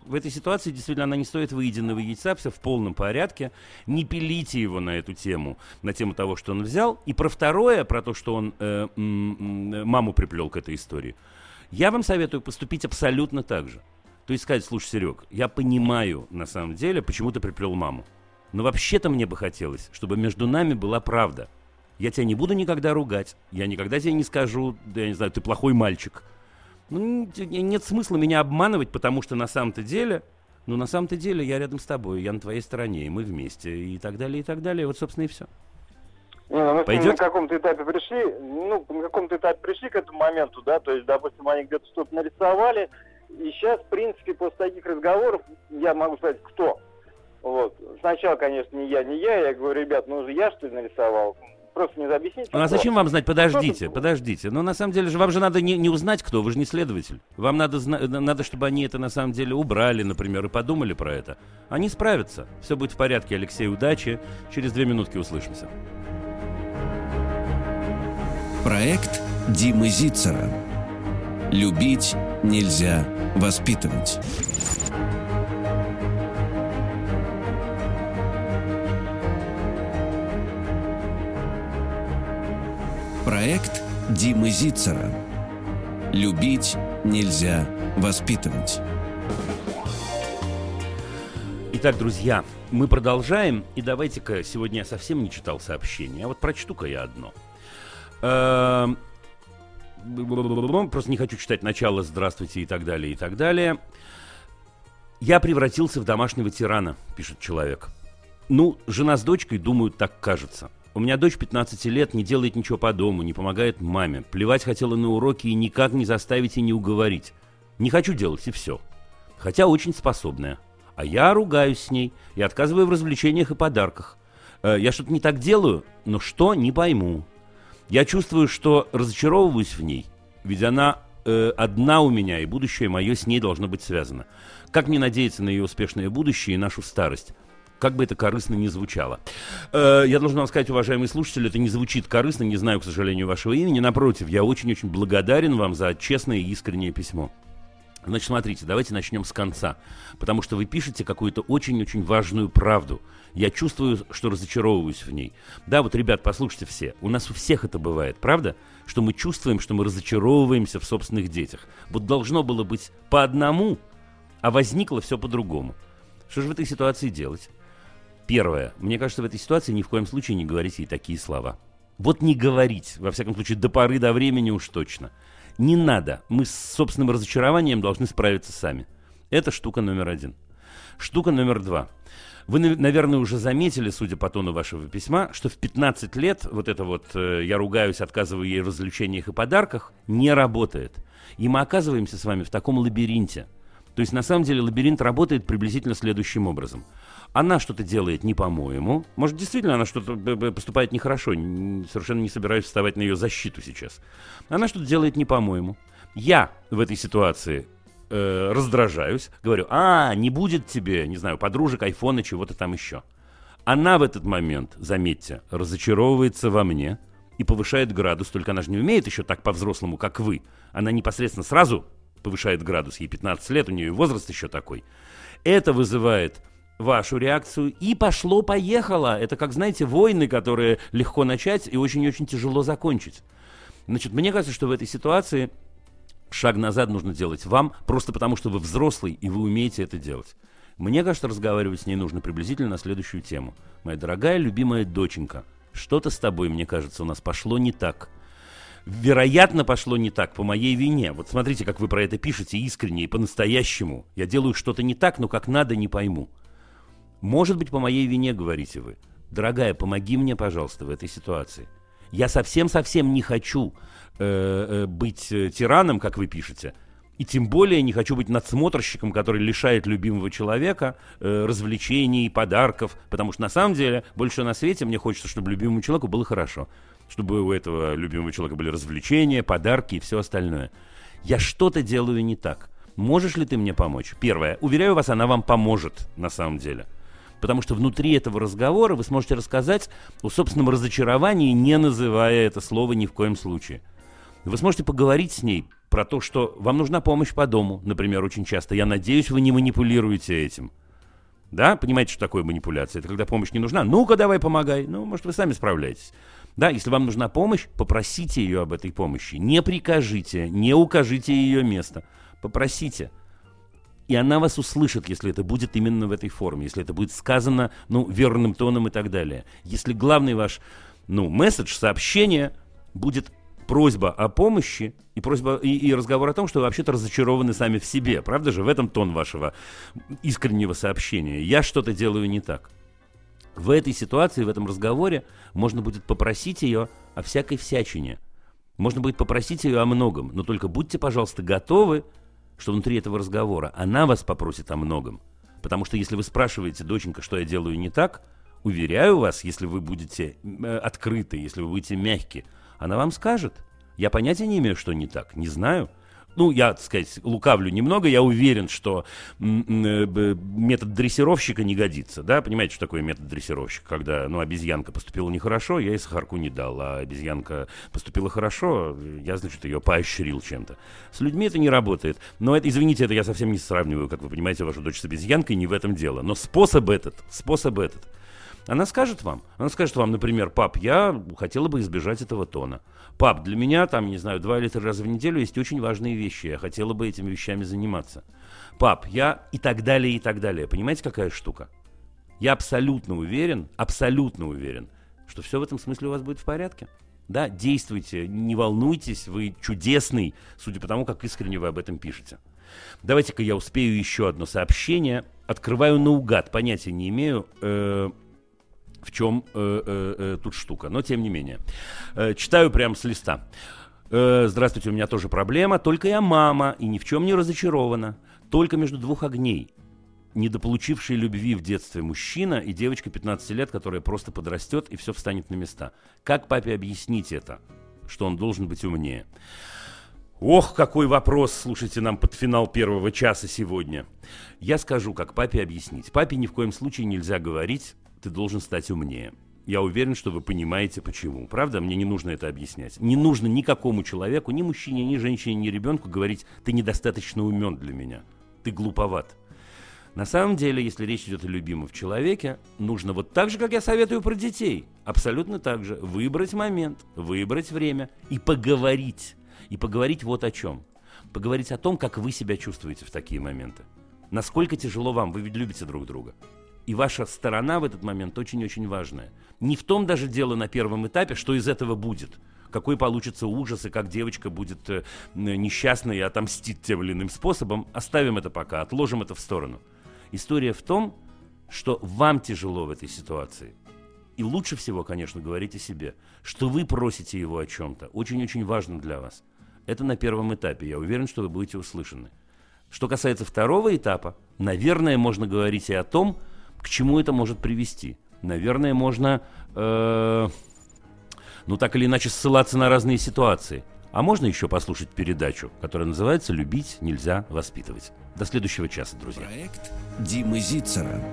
в этой ситуации действительно она не стоит выеденного яйца, все в полном порядке. Не пилите его на эту тему, на тему того, что он взял. И про второе, про то, что он э, м- м- маму приплел к этой истории. Я вам советую поступить абсолютно так же. То есть сказать: слушай, Серег, я понимаю на самом деле, почему ты приплел маму. Но вообще-то мне бы хотелось, чтобы между нами была правда. Я тебя не буду никогда ругать. Я никогда тебе не скажу, да, я не знаю, ты плохой мальчик. Ну, нет смысла меня обманывать, потому что на самом-то деле, ну, на самом-то деле я рядом с тобой, я на твоей стороне, и мы вместе, и так далее, и так далее. Вот, собственно, и все. Не, ну, мы Пойдет? на каком-то этапе пришли, ну, на каком-то этапе пришли к этому моменту, да, то есть, допустим, они где-то что-то нарисовали, и сейчас, в принципе, после таких разговоров я могу сказать, кто. Вот. Сначала, конечно, не я, не я, я говорю: ребят, ну, уже я, что ли, нарисовал? Просто мне объясните. Ну, а зачем вам знать? Подождите, подождите. Но на самом деле же вам же надо не, не узнать, кто, вы же не следователь. Вам надо, зна- надо, чтобы они это на самом деле убрали, например, и подумали про это. Они справятся. Все будет в порядке, Алексей, удачи. Через две минутки услышимся. Проект Димы Зицера. Любить нельзя воспитывать. Проект Димы Зицера. Любить нельзя воспитывать. Итак, друзья, мы продолжаем. И давайте-ка, сегодня я совсем не читал сообщения, а вот прочту-ка я одно. Эм, Просто не хочу читать начало «Здравствуйте» и так далее, и так далее. «Я превратился в домашнего тирана», пишет человек. Ну, жена с дочкой думают, так кажется. У меня дочь пятнадцати лет, не делает ничего по дому, не помогает маме. Плевать хотела на уроки и никак не заставить и не уговорить. Не хочу делать, и все. Хотя очень способная. А я ругаюсь с ней и отказываю в развлечениях и подарках. Э, я что-то не так делаю, но что, не пойму. Я чувствую, что разочаровываюсь в ней, ведь она э, одна у меня, и будущее мое с ней должно быть связано. Как мне надеяться на ее успешное будущее и нашу старость? Как бы это корыстно ни звучало. Э, я должен вам сказать, уважаемые слушатели, это не звучит корыстно, не знаю, к сожалению, вашего имени. Напротив, я очень-очень благодарен вам за честное и искреннее письмо. Значит, смотрите, давайте начнем с конца, потому что вы пишете какую-то очень-очень важную правду. Я чувствую, что разочаровываюсь в ней. Да, вот, ребят, послушайте все, у нас у всех это бывает, правда? Что мы чувствуем, что мы разочаровываемся в собственных детях. Вот должно было быть по одному, а возникло все по-другому. Что же в этой ситуации делать? Первое. Мне кажется, в этой ситуации ни в коем случае не говорите ей такие слова. Вот не говорить, во всяком случае, до поры до времени уж точно. Не надо. Мы с собственным разочарованием должны справиться сами. Это штука номер один. Штука номер два. Вы, наверное, уже заметили, судя по тону вашего письма, что в пятнадцать лет вот это вот э, «я ругаюсь, отказываю ей в развлечениях и подарках» не работает. И мы оказываемся с вами в таком лабиринте. То есть, на самом деле, лабиринт работает приблизительно следующим образом. Она что-то делает не по-моему. Может, действительно, она что-то поступает нехорошо. Совершенно не собираюсь вставать на ее защиту сейчас. Она что-то делает не по-моему. Я в этой ситуации э, раздражаюсь. Говорю: а, не будет тебе, не знаю, подружек, айфона, чего-то там еще. Она в этот момент, заметьте, разочаровывается во мне и повышает градус. Только она же не умеет еще так по-взрослому, как вы. Она непосредственно сразу повышает градус. Ей пятнадцать лет, у нее и возраст еще такой. Это вызывает вашу реакцию, и пошло-поехало. Это, как, знаете, войны, которые легко начать и очень-очень тяжело закончить. Значит, мне кажется, что в этой ситуации шаг назад нужно делать вам, просто потому что вы взрослый, и вы умеете это делать. Мне кажется, разговаривать с ней нужно приблизительно на следующую тему. Моя дорогая, любимая доченька, что-то с тобой, мне кажется, у нас пошло не так. Вероятно, пошло не так по моей вине. Вот смотрите, как вы про это пишете искренне и по-настоящему. Я делаю что-то не так, но как надо, не пойму. Может быть, по моей вине, говорите вы. Дорогая, помоги мне, пожалуйста, в этой ситуации. Я совсем-совсем не хочу э, э, быть э, тираном, как вы пишете. И тем более не хочу быть надсмотрщиком, который лишает любимого человека э, развлечений, подарков. Потому что на самом деле больше на свете мне хочется, чтобы любимому человеку было хорошо. Чтобы у этого любимого человека были развлечения, подарки и все остальное. Я что-то делаю не так. Можешь ли ты мне помочь? Первое. Уверяю вас, она вам поможет на самом деле. Потому что внутри этого разговора вы сможете рассказать о собственном разочаровании, не называя это слово ни в коем случае. Вы сможете поговорить с ней про то, что вам нужна помощь по дому, например, очень часто. Я надеюсь, вы не манипулируете этим. Да, понимаете, что такое манипуляция? Это когда помощь не нужна. Ну-ка, давай помогай. Ну, может, вы сами справляетесь. Да, если вам нужна помощь, попросите ее об этой помощи. Не прикажите, не укажите ее место. Попросите. И она вас услышит, если это будет именно в этой форме, если это будет сказано, ну, верным тоном и так далее. Если главный ваш, ну, месседж, сообщение будет просьба о помощи и просьба и, и разговор о том, что вы вообще-то разочарованы сами в себе. Правда же? В этом тон вашего искреннего сообщения. Я что-то делаю не так. В этой ситуации, в этом разговоре можно будет попросить ее о всякой всячине. Можно будет попросить ее о многом. Но только будьте, пожалуйста, готовы, что внутри этого разговора она вас попросит о многом. Потому что если вы спрашиваете: доченька, что я делаю не так, уверяю вас, если вы будете э, открыты, если вы будете мягки, она вам скажет. Я понятия не имею, что не так, не знаю. Ну, я, так сказать, лукавлю немного, я уверен, что метод дрессировщика не годится, да, понимаете, что такое метод дрессировщика, когда, ну, обезьянка поступила нехорошо, я ей сахарку не дал, а обезьянка поступила хорошо, я, значит, ее поощрил чем-то. С людьми это не работает, но это, извините, это я совсем не сравниваю, как вы понимаете, вашу дочь с обезьянкой, не в этом дело, но способ этот, способ этот. Она скажет вам, она скажет вам, например: пап, я хотела бы избежать этого тона. Пап, для меня, там, не знаю, два или три раза в неделю есть очень важные вещи, я хотела бы этими вещами заниматься. Пап, я... и так далее, и так далее. Понимаете, какая штука? Я абсолютно уверен, абсолютно уверен, что все в этом смысле у вас будет в порядке. Да, действуйте, не волнуйтесь, вы чудесный, судя по тому, как искренне вы об этом пишете. Давайте-ка я успею еще одно сообщение. Открываю наугад, понятия не имею... Э- в чем э, э, э, тут штука, но тем не менее. Э, читаю прямо с листа. Э, Здравствуйте, у меня тоже проблема, только я мама и ни в чем не разочарована. Только между двух огней. Недополучивший любви в детстве мужчина и девочка пятнадцати лет, которая просто подрастет и все встанет на места. Как папе объяснить это, что он должен быть умнее? Ох, какой вопрос, слушайте, нам под финал первого часа сегодня. Я скажу, как папе объяснить. Папе ни в коем случае нельзя говорить: ты должен стать умнее. Я уверен, что вы понимаете, почему. Правда? Мне не нужно это объяснять. Не нужно никакому человеку, ни мужчине, ни женщине, ни ребенку говорить: ты недостаточно умен для меня, ты глуповат. На самом деле, если речь идет о любимом человеке, нужно вот так же, как я советую про детей, абсолютно так же выбрать момент, выбрать время и поговорить. И поговорить вот о чем. Поговорить о том, как вы себя чувствуете в такие моменты. Насколько тяжело вам, вы ведь любите друг друга. И ваша сторона в этот момент очень-очень важная. Не в том даже дело на первом этапе, что из этого будет. Какой получится ужас, и как девочка будет э, несчастной и отомстит тем или иным способом. Оставим это пока, отложим это в сторону. История в том, что вам тяжело в этой ситуации. И лучше всего, конечно, говорить о себе. Что вы просите его о чем-то. Очень-очень важно для вас. Это на первом этапе. Я уверен, что вы будете услышаны. Что касается второго этапа, наверное, можно говорить и о том, к чему это может привести. Наверное, можно, э, ну так или иначе, ссылаться на разные ситуации. А можно еще послушать передачу, которая называется «Любить нельзя воспитывать». До следующего часа, друзья. Проект Димы Зицера.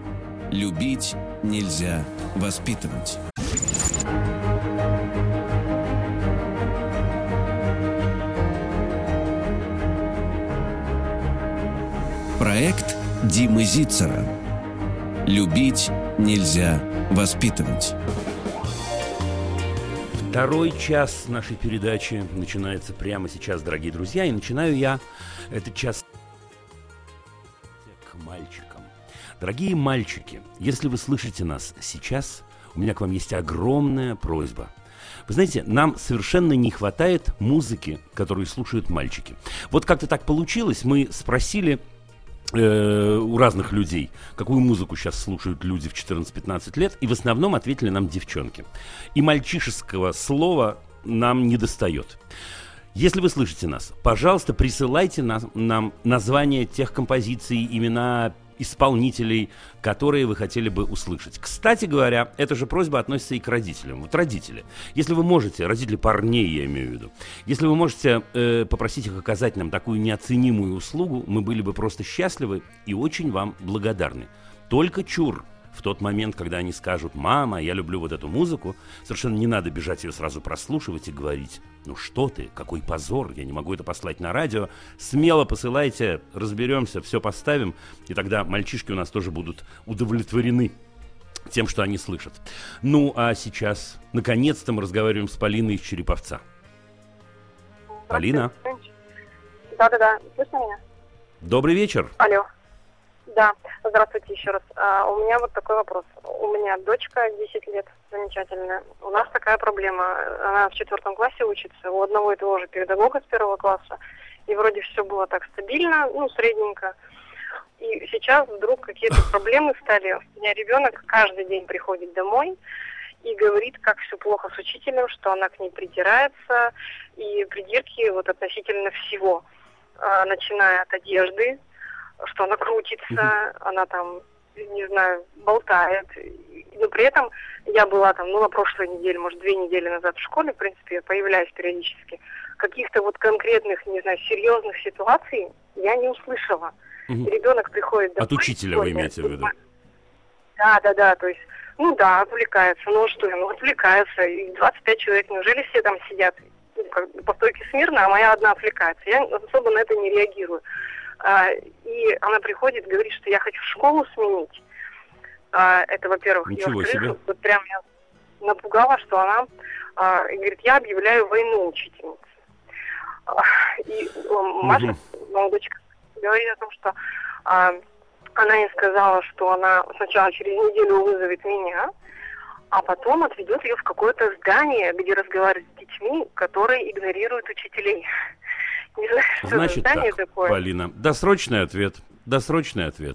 Любить нельзя воспитывать. Проект Димы Зицера. Любить нельзя воспитывать. Второй час нашей передачи начинается прямо сейчас, дорогие друзья. И начинаю я этот час к мальчикам. Дорогие мальчики, если вы слышите нас сейчас, у меня к вам есть огромная просьба. Вы знаете, нам совершенно не хватает музыки, которую слушают мальчики. Вот как-то так получилось, мы спросили э, у разных людей, какую музыку сейчас слушают люди в четырнадцать-пятнадцать лет, и в основном ответили нам девчонки. И мальчишеского слова нам не достает. Если вы слышите нас, пожалуйста, присылайте на, нам названия тех композиций, имена исполнителей, которые вы хотели бы услышать. Кстати говоря, эта же просьба относится и к родителям. Вот родители. Если вы можете, родители парней я имею в виду, если вы можете э, попросить их оказать нам такую неоценимую услугу, мы были бы просто счастливы и очень вам благодарны. Только чур, в тот момент, когда они скажут: «Мама, я люблю вот эту музыку», совершенно не надо бежать ее сразу прослушивать и говорить: «Ну что ты, какой позор, я не могу это послать на радио». Смело посылайте, разберемся, все поставим, и тогда мальчишки у нас тоже будут удовлетворены тем, что они слышат. Ну, а сейчас, наконец-то, мы разговариваем с Полиной из Череповца. Полина? Да-да-да, слышно меня? Добрый вечер. Алло. Да, здравствуйте еще раз. А, у меня вот такой вопрос. У меня дочка десять лет, замечательная. У нас такая проблема. Она в четвертом классе учится, у одного и того же педагога с первого класса. И вроде все было так стабильно, ну, средненько. И сейчас вдруг какие-то проблемы стали. У меня ребенок каждый день приходит домой и говорит, как все плохо с учителем, что она к ней придирается. И придирки вот относительно всего. А, начиная от одежды, что она крутится, mm-hmm. она там, не знаю, болтает. Но при этом я была там, ну, на прошлой неделе, может, две недели назад в школе, в принципе, я появляюсь периодически. Каких-то вот конкретных, не знаю, серьезных ситуаций я не услышала. Mm-hmm. Ребенок приходит домой. От учителя вы имеете в виду? Да, да, да, то есть, ну да, отвлекается. Ну что, ну отвлекается. И двадцать пять человек, неужели все там сидят по стойке смирно, а моя одна отвлекается? Я особо на это не реагирую. А, и она приходит, говорит, что я хочу школу сменить. А, это, во-первых. Ничего во-вторых, себе. Вот прям я напугала, что она а, говорит, я объявляю войну учительнице. А, и а, Маша, угу. моя дочка, говорит о том, что а, она ей сказала, что она сначала через неделю вызовет меня, а потом отведет ее в какое-то здание, где разговаривает с детьми, которые игнорируют учителей. Не знаю, что Значит за здание так, такое. Полина, досрочный ответ. Досрочный ответ.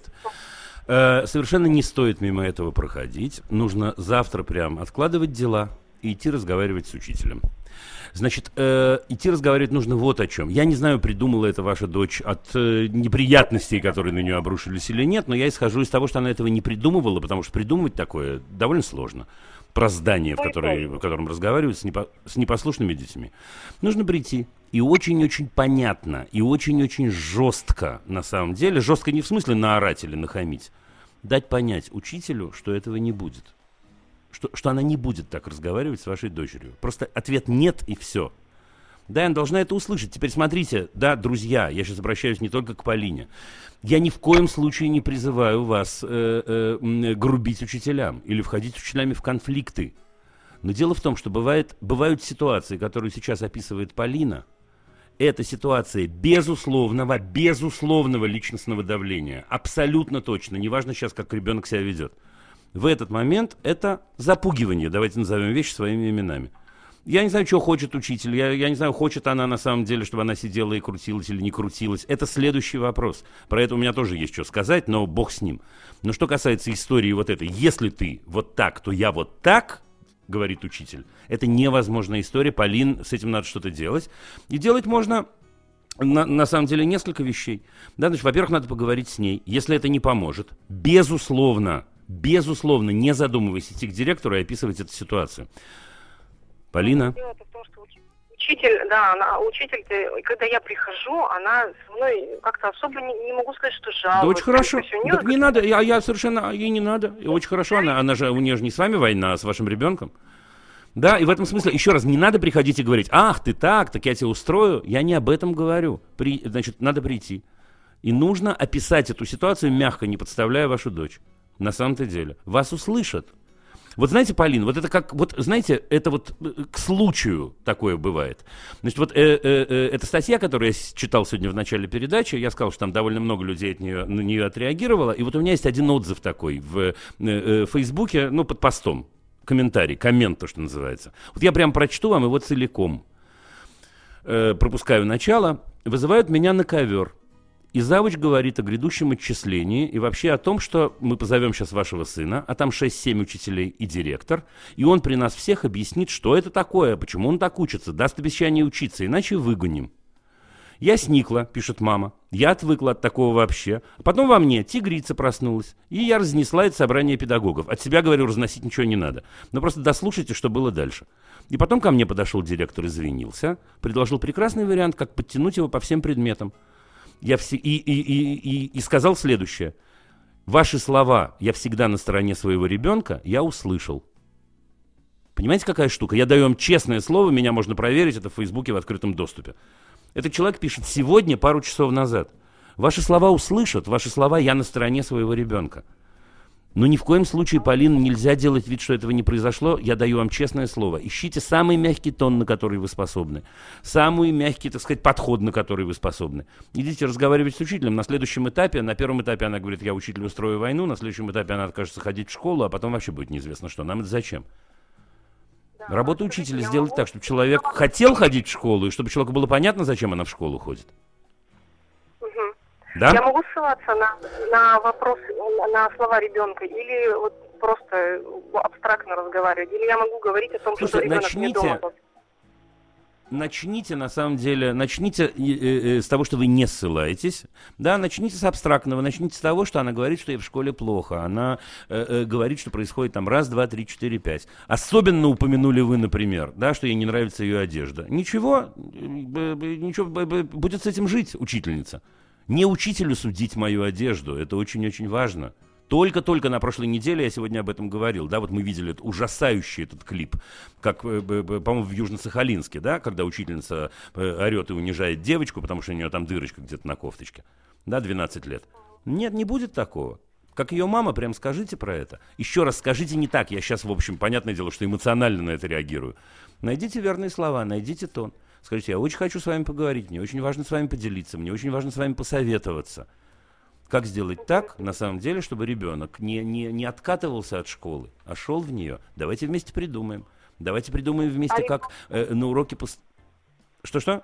Э, совершенно не стоит мимо этого проходить. Нужно завтра прям откладывать дела и идти разговаривать с учителем. Значит, э, идти разговаривать нужно вот о чем. Я не знаю, придумала это ваша дочь от э, неприятностей, которые на нее обрушились или нет, но я исхожу из того, что она этого не придумывала, потому что придумывать такое довольно сложно. Про здание, в, которое, в котором разговаривают с, непо, с непослушными детьми. Нужно прийти. И очень-очень понятно, и очень-очень жестко, на самом деле, жестко не в смысле наорать или нахамить, дать понять учителю, что этого не будет. Что, что она не будет так разговаривать с вашей дочерью. Просто ответ нет, и все. Да, она должна это услышать. Теперь смотрите, да, друзья, я сейчас обращаюсь не только к Полине. Я ни в коем случае не призываю вас э, э, грубить учителям или входить с учителями в конфликты. Но дело в том, что бывает, бывают ситуации, которые сейчас описывает Полина. Это ситуация безусловного, безусловного личностного давления. Абсолютно точно. Неважно сейчас, как ребенок себя ведет. В этот момент это запугивание. Давайте назовем вещи своими именами. Я не знаю, что хочет учитель. Я, я не знаю, хочет она на самом деле, чтобы она сидела и крутилась или не крутилась. Это следующий вопрос. Про это у меня тоже есть что сказать, но бог с ним. Но что касается истории вот этой. Если ты вот так, то я вот так, говорит учитель. Это невозможная история. Полин, с этим надо что-то делать. И делать можно, на, на самом деле, несколько вещей. Да, значит, во-первых, надо поговорить с ней. Если это не поможет, безусловно, безусловно, не задумываясь, идти к директору и описывать эту ситуацию. Полина? Дело в том, что учитель, да, она, учитель, когда я прихожу, она со мной как-то особо не, не могу сказать, что жалуется. Да очень хорошо. У Так не надо, я, я совершенно, ей не надо. И очень хорошо, она, она же, у нее же не с вами война, а с вашим ребенком. Да, и в этом смысле, еще раз, не надо приходить и говорить, ах, ты так, так я тебя устрою. Я не об этом говорю. При, значит, надо прийти. И нужно описать эту ситуацию мягко, не подставляя вашу дочь. На самом-то деле. Вас услышат. Вот знаете, Полин, вот это как, вот знаете, это вот к случаю такое бывает. Значит, вот э, э, э, эта статья, которую я читал сегодня в начале передачи, я сказал, что там довольно много людей от нее, на нее отреагировало, и вот у меня есть один отзыв такой в э, э, Фейсбуке, ну, под постом, комментарий, коммент, то, что называется. Вот я прям прочту вам его целиком. Э, пропускаю начало. Вызывают меня на ковер. И завуч говорит о грядущем отчислении и вообще о том, что мы позовем сейчас вашего сына, а там шесть-семь учителей и директор, и он при нас всех объяснит, что это такое, почему он так учится, даст обещание учиться, иначе выгоним. Я сникла, пишет мама, я отвыкла от такого вообще, а потом во мне тигрица проснулась, и я разнесла это собрание педагогов. От себя, говорю, разносить ничего не надо, но просто дослушайте, что было дальше. И потом ко мне подошел директор, извинился, предложил прекрасный вариант, как подтянуть его по всем предметам. Я все, и, и, и, и, и сказал следующее. Ваши слова «я всегда на стороне своего ребенка» я услышал. Понимаете, какая штука? Я даю вам честное слово, меня можно проверить, это в Фейсбуке в открытом доступе. Этот человек пишет сегодня, пару часов назад. Ваши слова услышат, ваши слова «я на стороне своего ребенка». Но ни в коем случае, Полина, нельзя делать вид, что этого не произошло. Я даю вам честное слово. Ищите самый мягкий тон, на который вы способны. Самый мягкий, так сказать, подход, на который вы способны. Идите разговаривать с учителем. На следующем этапе, на первом этапе она говорит, я учителю устрою войну. На следующем этапе она откажется ходить в школу, а потом вообще будет неизвестно что. Нам это зачем? Да, Работа учителя сделать могу... так, чтобы человек хотел ходить в школу, и чтобы человеку было понятно, зачем она в школу ходит. Да? Я могу ссылаться на, на вопрос, на слова ребенка, или вот просто абстрактно разговаривать, или я могу говорить о том, Слушайте, что ребенок начните, не дома. Начните, на самом деле, начните э, э, с того, что вы не ссылаетесь, да, начните с абстрактного, начните с того, что она говорит, что ей в школе плохо, она э, э, говорит, что происходит там раз, два, три, четыре, пять. Особенно упомянули вы, например, да, что ей не нравится ее одежда. Ничего, э, э, ничего, э, будет с этим жить учительница. Не учителю судить мою одежду, это очень-очень важно. Только-только на прошлой неделе я сегодня об этом говорил, да, вот мы видели этот ужасающий этот клип, как, по-моему, в Южно-Сахалинске, да, когда учительница орет и унижает девочку, потому что у нее там дырочка где-то на кофточке, да, двенадцать лет. Нет, не будет такого. Как ее мама, прям скажите про это. Еще раз скажите не так, я сейчас, в общем, понятное дело, что эмоционально на это реагирую. Найдите верные слова, найдите тон. Скажите, я очень хочу с вами поговорить, мне очень важно с вами поделиться, мне очень важно с вами посоветоваться. Как сделать так, на самом деле, чтобы ребенок не, не, не откатывался от школы, а шел в нее? Давайте вместе придумаем. Давайте придумаем вместе, как э, на уроке... Пос... Что-что?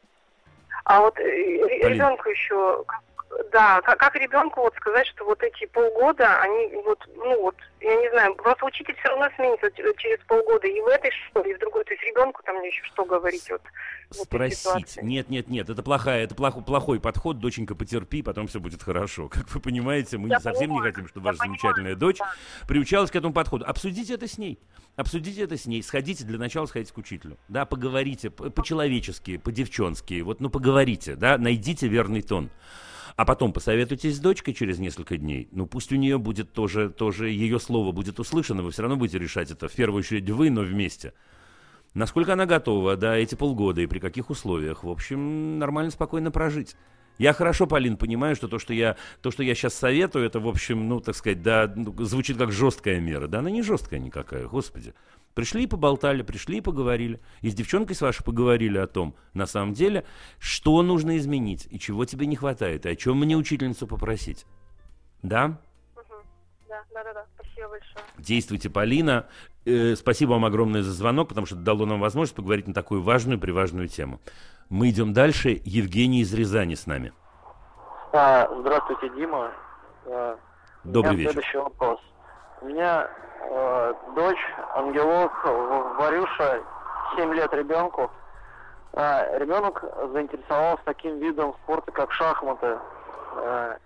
А вот э, ребенку еще... Да, как, как ребенку вот сказать, что вот эти полгода, они вот, ну вот, я не знаю, просто учитель все равно сменится через полгода и в этой школе, и в другой. То есть ребенку там мне еще что говорить вот. Спросить. Нет, нет, нет, это плохая, это плохой, плохой подход, доченька, потерпи, потом все будет хорошо. Как вы понимаете, мы я совсем понимаю, не хотим, чтобы ваша понимаю, замечательная дочь да. приучалась к этому подходу. Обсудите это с ней. Обсудите это с ней. Сходите, для начала сходите к учителю. Да, поговорите по-человечески, по-девчонски. Вот, ну, поговорите, да, найдите верный тон. А потом посоветуйтесь с дочкой через несколько дней. Ну, пусть у нее будет тоже, тоже ее слово будет услышано. Вы все равно будете решать это в первую очередь вы, но вместе. Насколько она готова, да, эти полгода и при каких условиях. В общем, нормально, спокойно прожить. Я хорошо, Полин, понимаю, что то, что я, то, что я сейчас советую, это, в общем, ну, так сказать, да, звучит как жесткая мера. Да, она не жесткая никакая, господи. Пришли и поболтали, пришли и поговорили. И с девчонкой с вашей поговорили о том, на самом деле, что нужно изменить, и чего тебе не хватает, и о чем мне учительницу попросить. Да? Угу. Да, да, да, да. Спасибо большое. Действуйте, Полина. Э, спасибо вам огромное за звонок, потому что это дало нам возможность поговорить на такую важную, приважную тему. Мы идем дальше. Евгений из Рязани с нами. А, здравствуйте, Дима. А, Добрый у меня вечер. Следующий вопрос. У меня э, дочь, ангелок, Варюша, семь лет ребенку. Э, ребенок заинтересовался таким видом спорта, как шахматы. Э,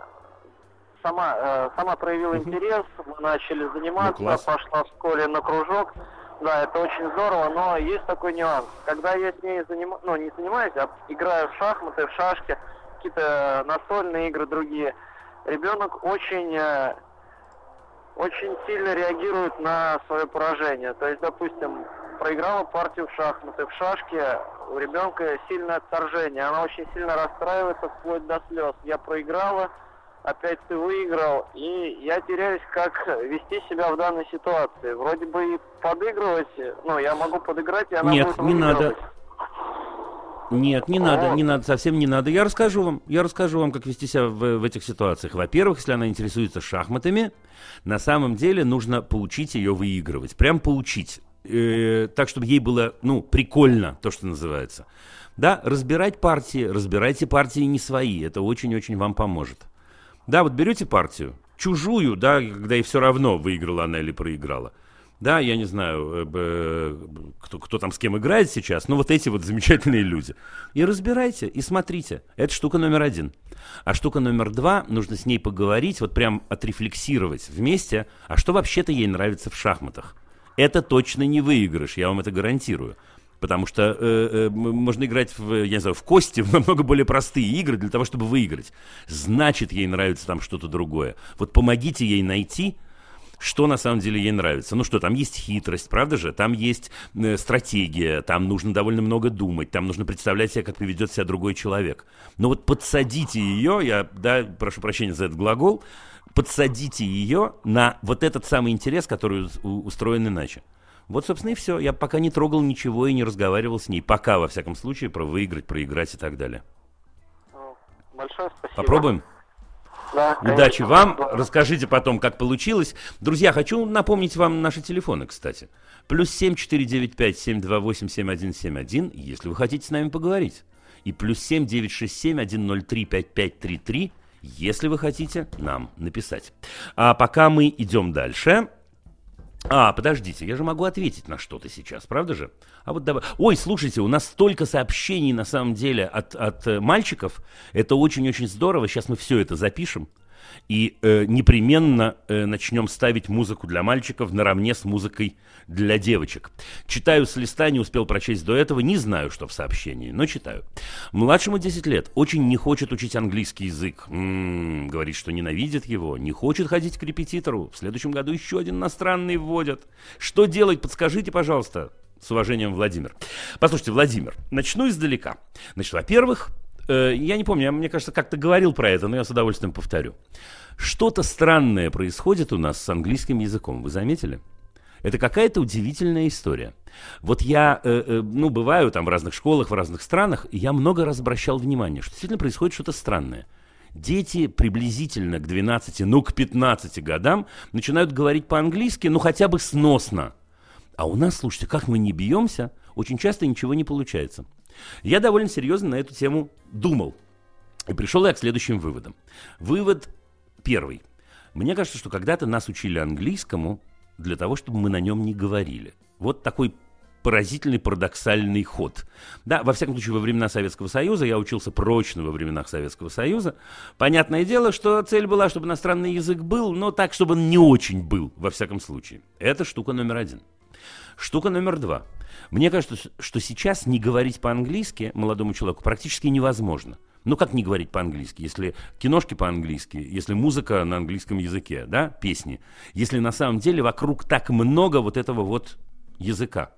сама, э, сама проявила uh-huh. интерес, мы начали заниматься, ну, пошла в школе на кружок. Да, это очень здорово, но есть такой нюанс. Когда я с ней занимаюсь, ну не занимаюсь, а играю в шахматы, в шашки, какие-то настольные игры другие, ребенок очень... Э, очень сильно реагирует на свое поражение. То есть, допустим, проиграла партию в шахматы, в шашке, у ребенка сильное отторжение. Она очень сильно расстраивается вплоть до слез. Я проиграла, опять ты выиграл, и я теряюсь, как вести себя в данной ситуации. Вроде бы и подыгрывать, ну, я могу подыграть, и она Нет, будет не выигрывать. надо. Нет, не надо, не надо, совсем не надо. Я расскажу вам, я расскажу вам, как вести себя в, в этих ситуациях. Во-первых, если она интересуется шахматами, на самом деле нужно поучить ее выигрывать. Прям поучить. Э, так, чтобы ей было, ну, прикольно, то, что называется. Да, разбирать партии, разбирайте партии не свои, это очень-очень вам поможет. Да, вот берете партию, чужую, да, когда ей все равно, выиграла она или проиграла. Да, я не знаю, э, кто, кто там с кем играет сейчас, но вот эти вот замечательные люди. И разбирайте, и смотрите. Это штука номер один. А штука номер два, нужно с ней поговорить, вот прям отрефлексировать вместе, а что вообще-то ей нравится в шахматах. Это точно не выигрыш, я вам это гарантирую. Потому что э, э, можно играть в, я не знаю, в кости, в намного более простые игры для того, чтобы выиграть. Значит, ей нравится там что-то другое. Вот помогите ей найти, что на самом деле ей нравится. Ну что, там есть хитрость, правда же? Там есть э, стратегия, там нужно довольно много думать, там нужно представлять себе, как поведет себя другой человек. Но вот подсадите ее, я, да, прошу прощения за этот глагол, подсадите ее на вот этот самый интерес, который устроен иначе. Вот, собственно, и все. Я пока не трогал ничего и не разговаривал с ней. Пока, во всяком случае, про выиграть, проиграть и так далее. Большое спасибо. Попробуем? Да, Удачи конечно. вам. Расскажите потом, как получилось. Друзья, хочу напомнить вам наши телефоны, кстати. Плюс семь четыре девять пять семь два восемь семь один семь один, если вы хотите с нами поговорить. И плюс семь девять шесть семь один ноль три пять пять три три, если вы хотите нам написать. А пока мы идем дальше... А, подождите, я же могу ответить на что-то сейчас, правда же? А вот давай... Ой, слушайте, у нас столько сообщений на самом деле от, от э, мальчиков. Это очень-очень здорово. Сейчас мы все это запишем. И э, непременно э, начнем ставить музыку для мальчиков наравне с музыкой для девочек. Читаю с листа, не успел прочесть до этого, не знаю, что в сообщении, но читаю. Младшему десять лет, очень не хочет учить английский язык. М-м, говорит, что ненавидит его, не хочет ходить к репетитору. В следующем году еще один иностранный вводят. Что делать, подскажите, пожалуйста. С уважением, Владимир. Послушайте, Владимир, начну издалека. Значит, во-первых, э, я не помню, я, мне кажется, как-то говорил про это, но я с удовольствием повторю. Что-то странное происходит у нас с английским языком, вы заметили? Это какая-то удивительная история. Вот я, э, э, ну, бываю там в разных школах, в разных странах, и я много раз обращал внимание, что действительно происходит что-то странное. Дети приблизительно к двенадцати, ну, к пятнадцати годам начинают говорить по-английски, ну, хотя бы сносно. А у нас, слушайте, как мы не бьемся, очень часто ничего не получается. Я довольно серьезно на эту тему думал. И пришел я к следующим выводам. Вывод первый. Мне кажется, что когда-то нас учили английскому для того, чтобы мы на нем не говорили. Вот такой поразительный, парадоксальный ход. Да, во всяком случае, во времена Советского Союза, я учился прочно во временах Советского Союза. Понятное дело, что цель была, чтобы иностранный язык был, но так, чтобы он не очень был, во всяком случае. Это штука номер один. Штука номер два. Мне кажется, что сейчас не говорить по-английски молодому человеку практически невозможно. Ну, как не говорить по-английски, если киношки по-английски, если музыка на английском языке, да, песни, если на самом деле вокруг так много вот этого вот языка.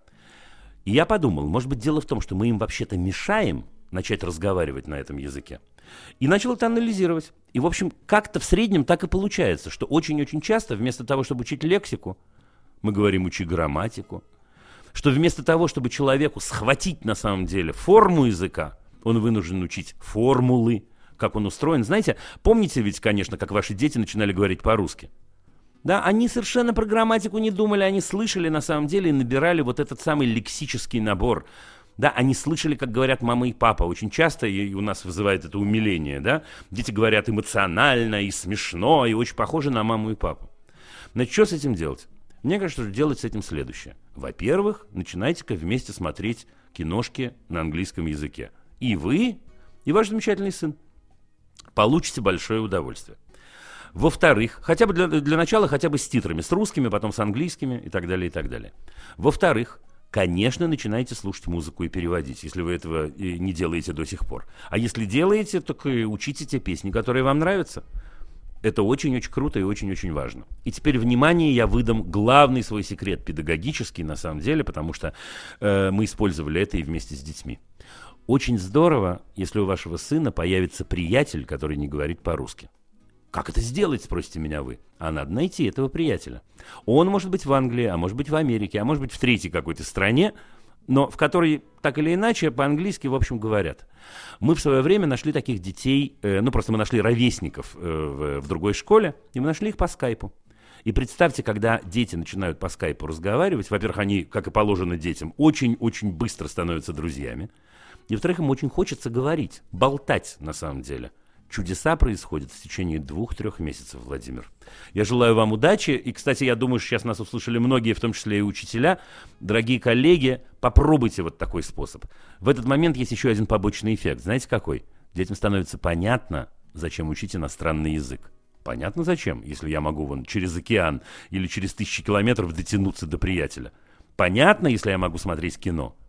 И я подумал, может быть, дело в том, что мы им вообще-то мешаем начать разговаривать на этом языке. И начал это анализировать. И, в общем, как-то в среднем так и получается, что очень-очень часто вместо того, чтобы учить лексику, мы говорим «учи грамматику», что вместо того, чтобы человеку схватить на самом деле форму языка, он вынужден учить формулы, как он устроен. Знаете, помните ведь, конечно, как ваши дети начинали говорить по-русски? Да, они совершенно про грамматику не думали, они слышали на самом деле и набирали вот этот самый лексический набор. Да, они слышали, как говорят мама и папа. Очень часто и у нас вызывает это умиление, да. Дети говорят эмоционально и смешно, и очень похожи на маму и папу. Значит, что с этим делать? Мне кажется, что делать с этим следующее. Во-первых, начинайте-ка вместе смотреть киношки на английском языке. И вы, и ваш замечательный сын получите большое удовольствие. Во-вторых, хотя бы для, для начала хотя бы с титрами, с русскими, потом с английскими и так далее, и так далее. Во-вторых, конечно, начинайте слушать музыку и переводить, если вы этого не делаете до сих пор. А если делаете, так и учите те песни, которые вам нравятся. Это очень-очень круто и очень-очень важно. И теперь, внимание, я выдам главный свой секрет педагогический, на самом деле, потому что э, мы использовали это и вместе с детьми. Очень здорово, если у вашего сына появится приятель, который не говорит по-русски. Как это сделать, спросите меня вы? А надо найти этого приятеля. Он может быть в Англии, а может быть в Америке, а может быть в третьей какой-то стране, но в которой так или иначе по-английски, в общем, говорят. Мы в свое время нашли таких детей, э, ну просто мы нашли ровесников э, в, в другой школе, и мы нашли их по скайпу. И представьте, когда дети начинают по скайпу разговаривать, во-первых, они, как и положено детям, очень-очень быстро становятся друзьями, и во-вторых, им очень хочется говорить, болтать на самом деле. Чудеса происходят в течение двух-трех месяцев, Владимир. Я желаю вам удачи. И, кстати, я думаю, что сейчас нас услышали многие, в том числе и учителя. Дорогие коллеги, попробуйте вот такой способ. В этот момент есть еще один побочный эффект. Знаете какой? Детям становится понятно, зачем учить иностранный язык. Понятно зачем, если я могу вон через океан или через тысячи километров дотянуться до приятеля. Понятно, если я могу смотреть кино.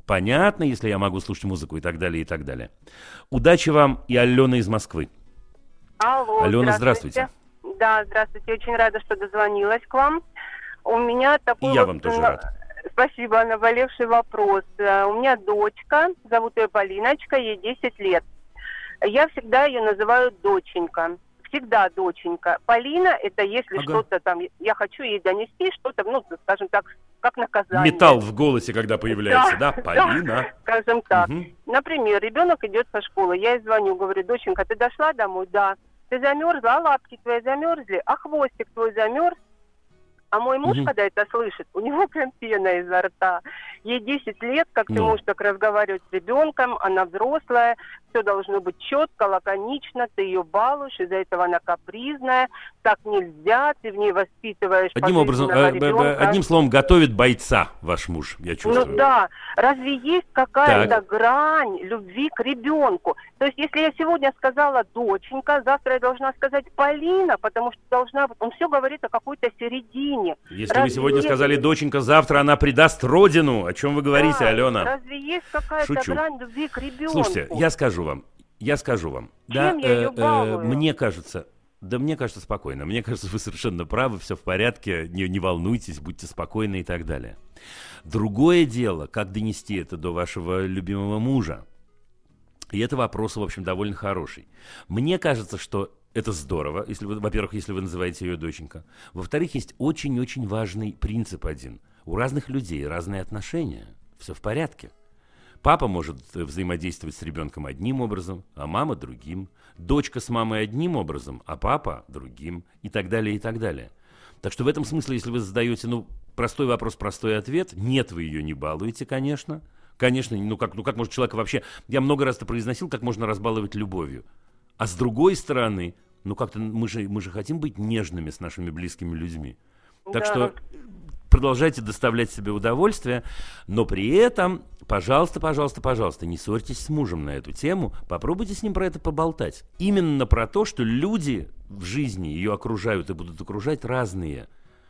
понятно, если я могу слушать музыку и так далее, и так далее. Удачи вам и Алена из Москвы. Алло, Алена, здравствуйте. здравствуйте. Да, здравствуйте. Очень рада, что дозвонилась к вам. У меня такой... И я вот, вам тоже на... рад. Спасибо, наболевший вопрос. У меня дочка, зовут ее Полиночка, ей десять лет. Я всегда ее называю доченька. Всегда доченька. Полина, это если ага. что-то там, я хочу ей донести, что-то, ну, скажем так, как наказание. Металл в голосе, когда появляется, да? да? Полина. Да, скажем так. Угу. Например, ребенок идет со школы, я ей звоню, говорю, доченька, ты дошла домой? Да. Ты замерзла, а лапки твои замерзли, а хвостик твой замерз? А мой муж, угу. когда это слышит, у него прям пена изо рта. Ей десять лет, как ну. ты можешь так разговаривать с ребенком, она взрослая, все должно быть четко, лаконично, ты ее балуешь, из-за этого она капризная, так нельзя, ты в ней воспитываешь одним образом, э, ребенка. Одним словом, готовит бойца ваш муж, я чувствую. Ну да, разве есть какая-то так. грань любви к ребенку? То есть, если я сегодня сказала доченька, завтра я должна сказать Полина, потому что должна быть, он все говорит о какой-то середине. Если разве вы сегодня есть... сказали доченька, завтра она предаст родину, о чем вы говорите, да, Алена? Разве есть какая-то Шучу. грань любви к ребенку? Слушайте, я скажу вам, я скажу вам. Чем да, я ее э, балую? э, мне кажется, да мне кажется спокойно, мне кажется, вы совершенно правы, все в порядке, не, не волнуйтесь, будьте спокойны и так далее. Другое дело, как донести это до вашего любимого мужа. И это вопрос, в общем, довольно хороший. Мне кажется, что это здорово, если вы, во-первых, если вы называете ее доченька. Во-вторых, есть очень-очень важный принцип один. У разных людей разные отношения. Все в порядке. Папа может взаимодействовать с ребенком одним образом, а мама другим. Дочка с мамой одним образом, а папа другим. И так далее, и так далее. Так что в этом смысле, если вы задаете, ну, простой вопрос, простой ответ, нет, вы ее не балуете, конечно. Конечно, ну как, ну как может человека вообще... Я много раз это произносил, как можно разбаловать любовью. А с другой стороны, ну как-то мы же, мы же хотим быть нежными с нашими близкими людьми. Так да. что продолжайте доставлять себе удовольствие, но при этом, пожалуйста, пожалуйста, пожалуйста, не ссорьтесь с мужем на эту тему, попробуйте с ним про это поболтать. Именно про то, что люди в жизни ее окружают и будут окружать разные.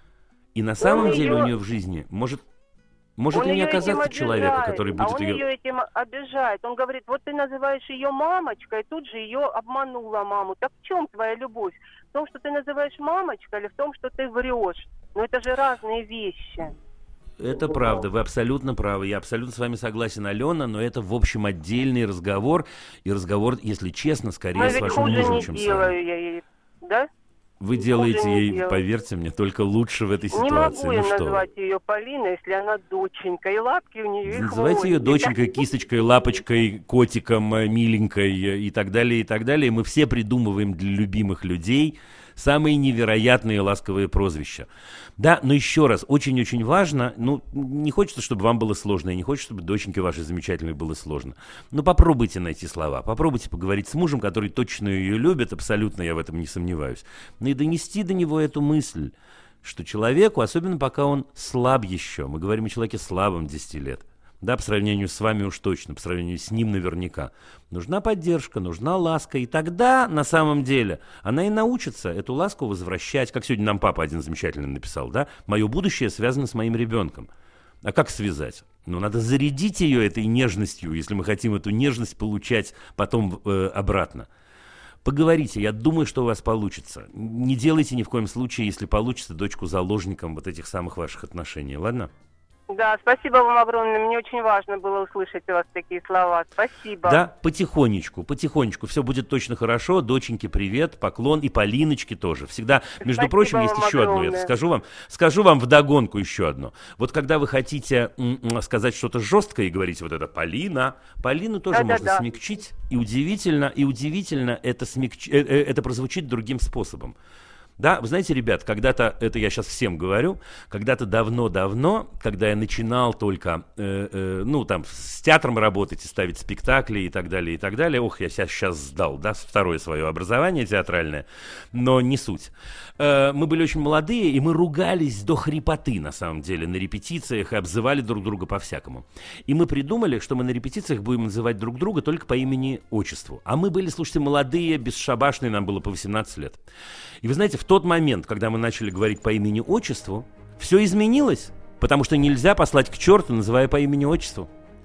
И на самом он деле ее... у нее в жизни может... Может он ли не оказаться человека, который будет а он ее... ее этим обижает. Он говорит, вот ты называешь ее мамочкой, и тут же ее обманула маму. Так в чем твоя любовь? В том, что ты называешь мамочкой, или в том, что ты врешь? Ну это же разные вещи. Это правда, вы абсолютно правы. Я абсолютно с вами согласен, Алена, но это, в общем, отдельный разговор. И разговор, если честно, скорее но с вашим мужем, мужем, не чем делаю с вами. Я ей, да? Вы делаете ей, делаю. поверьте мне, только лучше в этой ситуации. Не могу я ну, назвать ее Полиной, если она доченька, и лапки у нее, и называйте хвостик. ее доченькой, кисточкой, лапочкой, котиком, миленькой и так далее, и так далее. Мы все придумываем для любимых людей самые невероятные ласковые прозвища. Да, но еще раз, очень-очень важно, ну, не хочется, чтобы вам было сложно, и не хочется, чтобы доченьке вашей замечательной было сложно. Но попробуйте найти слова, попробуйте поговорить с мужем, который точно ее любит, абсолютно я в этом не сомневаюсь. Но и донести до него эту мысль, что человеку, особенно пока он слаб еще, мы говорим о человеке слабом десяти лет, да, по сравнению с вами уж точно, по сравнению с ним наверняка. Нужна поддержка, нужна ласка. И тогда, на самом деле, она и научится эту ласку возвращать. Как сегодня нам папа один замечательно написал, да? Мое будущее связано с моим ребенком. А как связать? Ну, надо зарядить ее этой нежностью, если мы хотим эту нежность получать потом э, обратно. Поговорите, я думаю, что у вас получится. Не делайте ни в коем случае, если получится, дочку заложником вот этих самых ваших отношений, ладно? Да, спасибо вам огромное. Мне очень важно было услышать у вас такие слова. Спасибо. Да, потихонечку, потихонечку. Все будет точно хорошо. Доченьке привет, поклон. И Полиночке тоже. Всегда, между спасибо прочим, есть еще огромное. одно. Я скажу вам, скажу вам вдогонку еще одно. Вот когда вы хотите м- сказать что-то жесткое и говорите вот это Полина, Полину тоже да, можно да, да. смягчить. И удивительно, и удивительно это, смягч... э- э- это прозвучит другим способом. Да, вы знаете, ребят, когда-то, это я сейчас всем говорю, когда-то давно-давно, когда я начинал только, э, э, ну, там, с театром работать и ставить спектакли и так далее, и так далее, ох, я себя сейчас сдал, да, второе свое образование театральное, но не суть. Э, мы были очень молодые, и мы ругались до хрипоты, на самом деле, на репетициях, и обзывали друг друга по-всякому. И мы придумали, что мы на репетициях будем называть друг друга только по имени-отчеству. А мы были, слушайте, молодые, бесшабашные, нам было по восемнадцать лет. И вы знаете, в тот момент, когда мы начали говорить по имени-отчеству, все изменилось, потому что нельзя послать к черту, называя по имени-отчеству.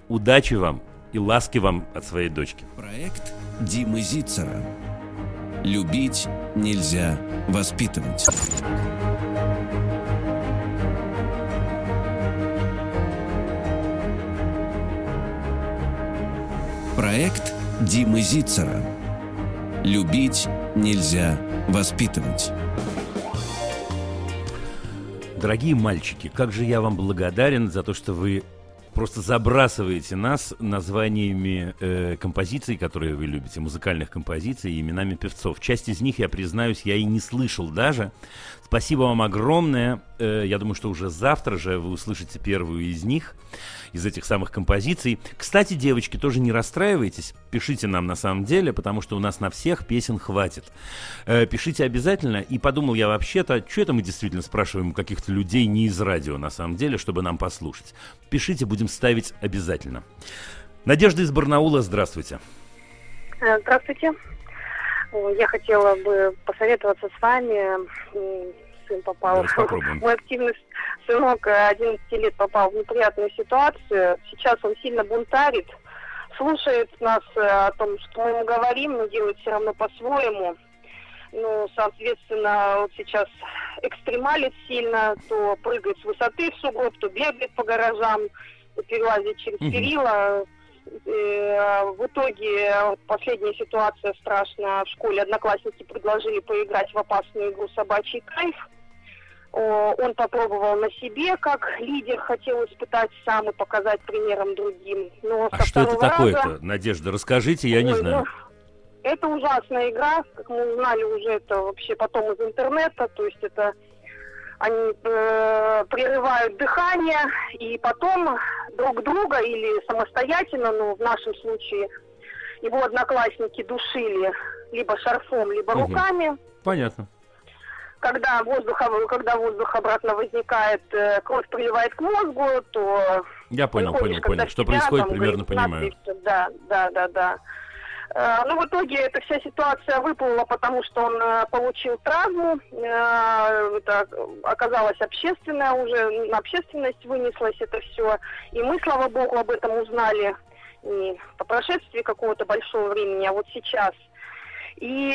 удачи вам и ласки вам от своей дочки. Проект Димы Зицера. Любить нельзя воспитывать. Проект Димы Зицера. Любить нельзя воспитывать. Дорогие мальчики, как же я вам благодарен за то, что вы просто забрасываете нас названиями э, композиций, которые вы любите, музыкальных композиций и именами певцов. Часть из них, я признаюсь, я и не слышал даже. Спасибо вам огромное. Э, я думаю, что уже завтра же вы услышите первую из них, из этих самых композиций. Кстати, девочки, тоже не расстраивайтесь. Пишите нам на самом деле, потому что у нас на всех песен хватит. Э, пишите обязательно. И подумал я вообще-то, что это мы действительно спрашиваем у каких-то людей не из радио, на самом деле, чтобы нам послушать. Пишите, будем ставить обязательно. Надежда из Барнаула, здравствуйте. Здравствуйте. Я хотела бы посоветоваться с вами. Сын попал, мой активный сынок одиннадцати лет попал в неприятную ситуацию. Сейчас он сильно бунтарит, слушает нас о том, что мы ему говорим, но делает все равно по-своему. Ну, соответственно, вот сейчас экстремалит сильно, то прыгает с высоты в сугроб, то бегает по гаражам, то перелазит через Угу. перила. В итоге последняя ситуация страшная. В школе одноклассники предложили поиграть в опасную игру «Собачий кайф». Он попробовал на себе, как лидер, хотел испытать сам и показать примером другим. Но а что это такое-то, раза... Надежда? Расскажите, я Ой, не знаю. Ну, это ужасная игра, как мы узнали уже это вообще потом из интернета, то есть это они э, прерывают дыхание и потом друг друга или самостоятельно, ну в нашем случае его одноклассники душили либо шарфом, либо угу. руками. Понятно. Когда воздух, когда воздух обратно возникает, кровь приливает к мозгу, то... Я понял, понял, понял. Что происходит, там, примерно понимаю. Да, да, да, да. Ну, в итоге эта вся ситуация выплыла, потому что он получил травму. Это оказалось общественное уже, на общественность вынеслось это все. И мы, слава богу, об этом узнали не по прошествии какого-то большого времени, а вот сейчас. И...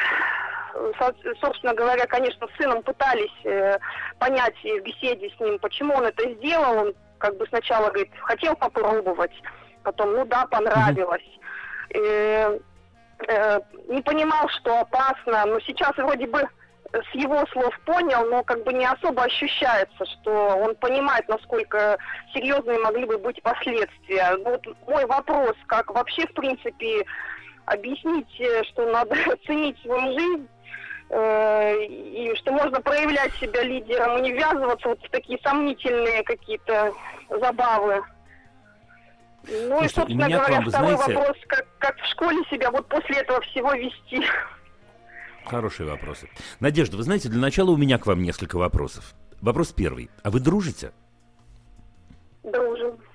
собственно говоря, конечно, с сыном пытались э, понять в беседе с ним, почему он это сделал. Он как бы сначала, говорит, хотел попробовать, потом, ну да, понравилось. Э, э, не понимал, что опасно, но сейчас вроде бы с его слов понял, но как бы не особо ощущается, что он понимает, насколько серьезные могли бы быть последствия. Вот мой вопрос, как вообще, в принципе, объяснить, что надо ценить свою жизнь, и что можно проявлять себя лидером и не ввязываться вот в такие сомнительные какие-то забавы. Ну Слушайте, и, собственно говоря, вам, второй знаете... вопрос, как, как в школе себя вот после этого всего вести. Хорошие вопросы. Надежда, вы знаете, для начала у меня к вам несколько вопросов. Вопрос первый. А вы дружите? Дружим.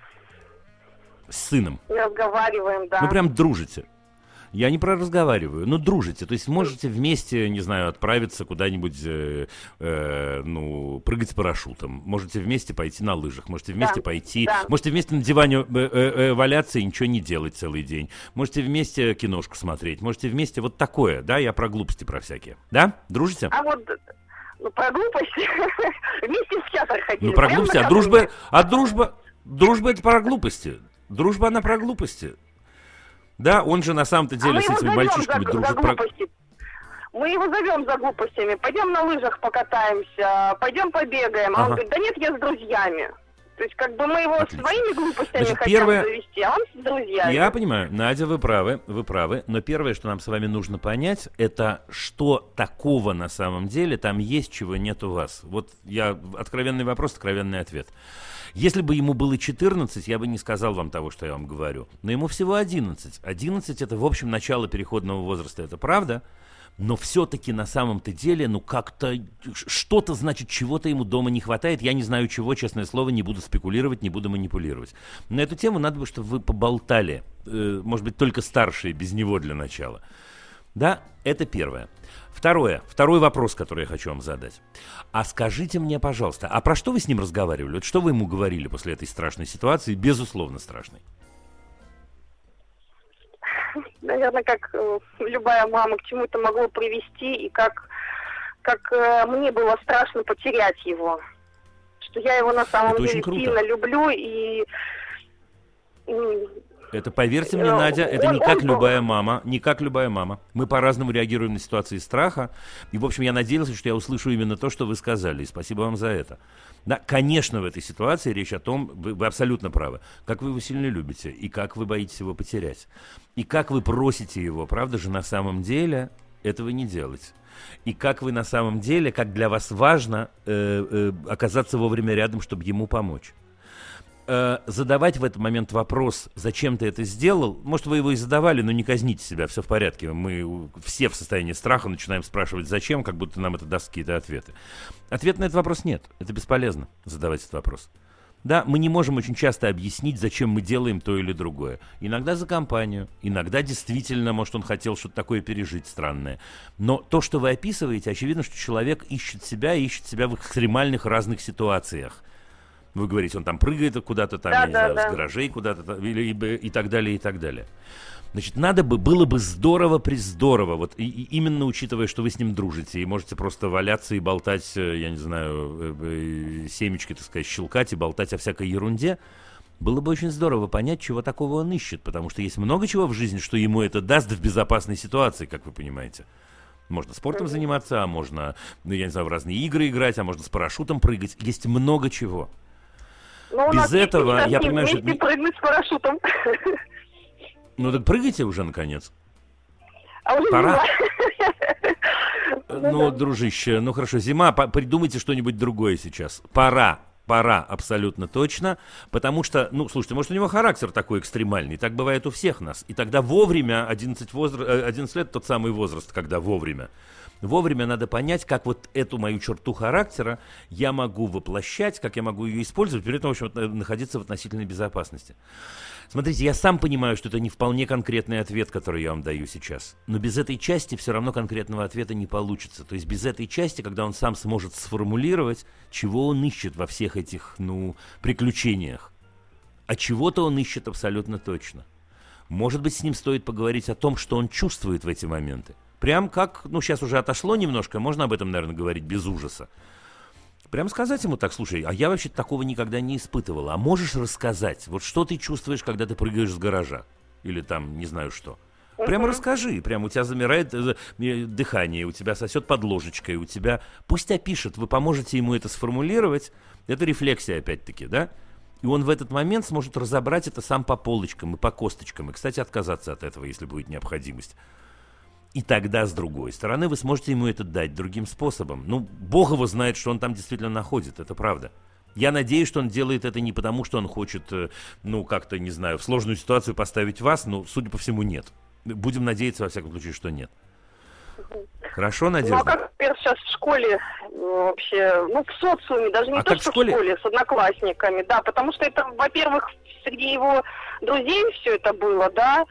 С сыном? Разговариваем, да. Ну прям дружите? Я не про разговариваю, но дружите. То есть можете вместе, не знаю, отправиться куда-нибудь, э, э, ну, прыгать с парашютом. Можете вместе пойти на лыжах. Можете вместе да, пойти... Да. Можете вместе на диване э, э, э, валяться и ничего не делать целый день. Можете вместе киношку смотреть. Можете вместе вот такое, да? Я про глупости про всякие. Да? Дружите? А вот... Ну, про глупости. Вместе в театр ходили. Ну, про глупости. А дружба... А дружба... Дружба — это про глупости. Дружба, она про глупости. Да, он же на самом-то деле а с этими мальчишками за, дружит. За про... Мы его зовем за глупостями. Пойдем на лыжах покатаемся, пойдем побегаем. А ага. он говорит, да нет, я с друзьями. То есть как бы мы его Отлично. своими глупостями Значит, хотим первое... завести, а он с друзьями. Я понимаю, Надя, вы правы, вы правы. Но первое, что нам с вами нужно понять, это что такого на самом деле там есть, чего нет у вас. Вот я откровенный вопрос, откровенный ответ. Если бы ему было четырнадцать, я бы не сказал вам того, что я вам говорю. Но ему всего одиннадцать. одиннадцать это, в общем, начало переходного возраста, это правда. Но все-таки на самом-то деле, ну как-то, что-то, значит, чего-то ему дома не хватает. Я не знаю чего, честное слово, не буду спекулировать, не буду манипулировать. На эту тему надо бы, чтобы вы поболтали. Э, может быть, только старшие, без него для начала. Да, это первое. Второе, второй вопрос, который я хочу вам задать. А скажите мне, пожалуйста, а про что вы с ним разговаривали? Вот что вы ему говорили после этой страшной ситуации, безусловно страшной? наверное, как э, любая мама, к чему это могло привести, и как, как э, мне было страшно потерять его. Что я его на самом это деле сильно люблю, и... и это, поверьте мне, Надя, это он, не как он, любая мама, не как любая мама. Мы по-разному реагируем на ситуации страха. И, в общем, я надеялся, что я услышу именно то, что вы сказали. И спасибо вам за это. Да, конечно, в этой ситуации речь о том, вы, вы абсолютно правы, как вы его сильно любите, и как вы боитесь его потерять. И как вы просите его, правда же, на самом деле этого не делать. И как вы на самом деле, как для вас важно э, э, оказаться вовремя рядом, чтобы ему помочь. Задавать в этот момент вопрос, зачем ты это сделал, может, вы его и задавали, но не казните себя, все в порядке. Мы все в состоянии страха начинаем спрашивать, зачем, как будто нам это даст какие-то ответы. Ответ на этот вопрос нет, это бесполезно задавать этот вопрос. Да, мы не можем очень часто объяснить, зачем мы делаем то или другое. Иногда за компанию, иногда действительно, может, он хотел что-то такое пережить странное. Но то, что вы описываете, очевидно, что человек ищет себя, ищет себя в экстремальных разных ситуациях. Вы говорите, он там прыгает куда-то там, да, я не да, знаю, да. с гаражей куда-то, или, и, и так далее, и так далее. Значит, надо бы, было бы здорово-прездорово, вот и, и именно учитывая, что вы с ним дружите, и можете просто валяться и болтать, я не знаю, семечки, так сказать, щелкать и болтать о всякой ерунде, было бы очень здорово понять, чего такого он ищет, потому что есть много чего в жизни, что ему это даст в безопасной ситуации, как вы понимаете. Можно спортом заниматься, а можно, ну, я не знаю, в разные игры играть, а можно с парашютом прыгать. Есть много чего. Но у Без нас этого, есть я понимаю, что... вместе прыгнуть с парашютом. Ну так прыгайте уже, наконец. А уже Пора? зима. Ну, дружище, ну хорошо, зима, по- придумайте что-нибудь другое сейчас. Пора. Пора, абсолютно точно, потому что, ну, слушайте, может, у него характер такой экстремальный, так бывает у всех нас, и тогда вовремя, одиннадцать, возра... одиннадцать лет тот самый возраст, когда вовремя, вовремя надо понять, как вот эту мою черту характера я могу воплощать, как я могу ее использовать, при этом, в общем, находиться в относительной безопасности. Смотрите, я сам понимаю, что это не вполне конкретный ответ, который я вам даю сейчас. Но без этой части все равно конкретного ответа не получится. То есть без этой части, когда он сам сможет сформулировать, чего он ищет во всех этих, ну, приключениях. А чего-то он ищет абсолютно точно. Может быть, с ним стоит поговорить о том, что он чувствует в эти моменты. Прям как, ну, сейчас уже отошло немножко, можно об этом, наверное, говорить без ужаса. Прямо сказать ему так, слушай, а я вообще такого никогда не испытывала. А можешь рассказать, вот что ты чувствуешь, когда ты прыгаешь с гаража? Или там, не знаю что. Прямо расскажи, прямо у тебя замирает э, дыхание, у тебя сосет под ложечкой, у тебя... Пусть опишет, вы поможете ему это сформулировать. Это рефлексия опять-таки, да? И он в этот момент сможет разобрать это сам по полочкам и по косточкам. И, кстати, отказаться от этого, если будет необходимость. И тогда, с другой стороны, вы сможете ему это дать другим способом. Ну, Бог его знает, что он там действительно находит, это правда. Я надеюсь, что он делает это не потому, что он хочет, ну, как-то, не знаю, в сложную ситуацию поставить вас, но, судя по всему, нет. Будем надеяться, во всяком случае, что нет. Хорошо, Надежда? Ну, а как теперь сейчас в школе вообще, ну, в социуме, даже не а то, что в в школе? в школе, с одноклассниками, да, потому что это, во-первых, среди его друзей все это было, да.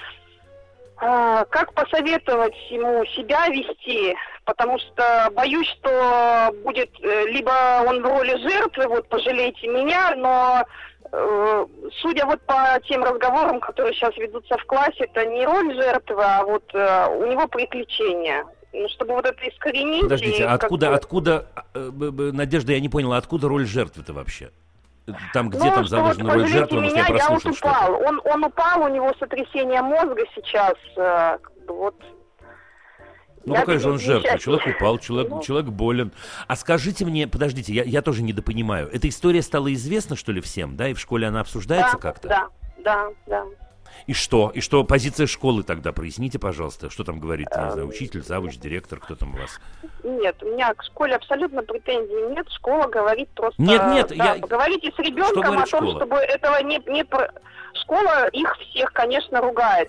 А, как посоветовать ему себя вести, потому что боюсь, что будет либо он в роли жертвы, вот, пожалейте меня, но э, судя вот по тем разговорам, которые сейчас ведутся в классе, это не роль жертвы, а вот э, у него приключения. Ну, чтобы вот это искоренить... Подождите, а откуда, бы... откуда, э, э, Надежда, я не поняла, откуда роль жертвы-то вообще? Там, где ну, там заложена вот, роль жертвы, может, я прослушал вот упал. что-то. Он, он упал, у него сотрясение мозга сейчас, э, вот... Ну, я какая же он жертва? несчастный. Человек упал, человек, ну... человек болен. А скажите мне, подождите, я, я тоже недопонимаю. Эта история стала известна, что ли, всем, да? И в школе она обсуждается да, как-то? Да, да, да. И что? И что позиция школы тогда? Проясните, пожалуйста. Что там говорит, не знаю, учитель, завуч, директор, кто там у вас? Нет, у меня к школе абсолютно претензий нет. Школа говорит просто... Нет, нет, да, я... Поговорите с ребенком о том, школа? чтобы этого не... не... Школа их всех, конечно, ругает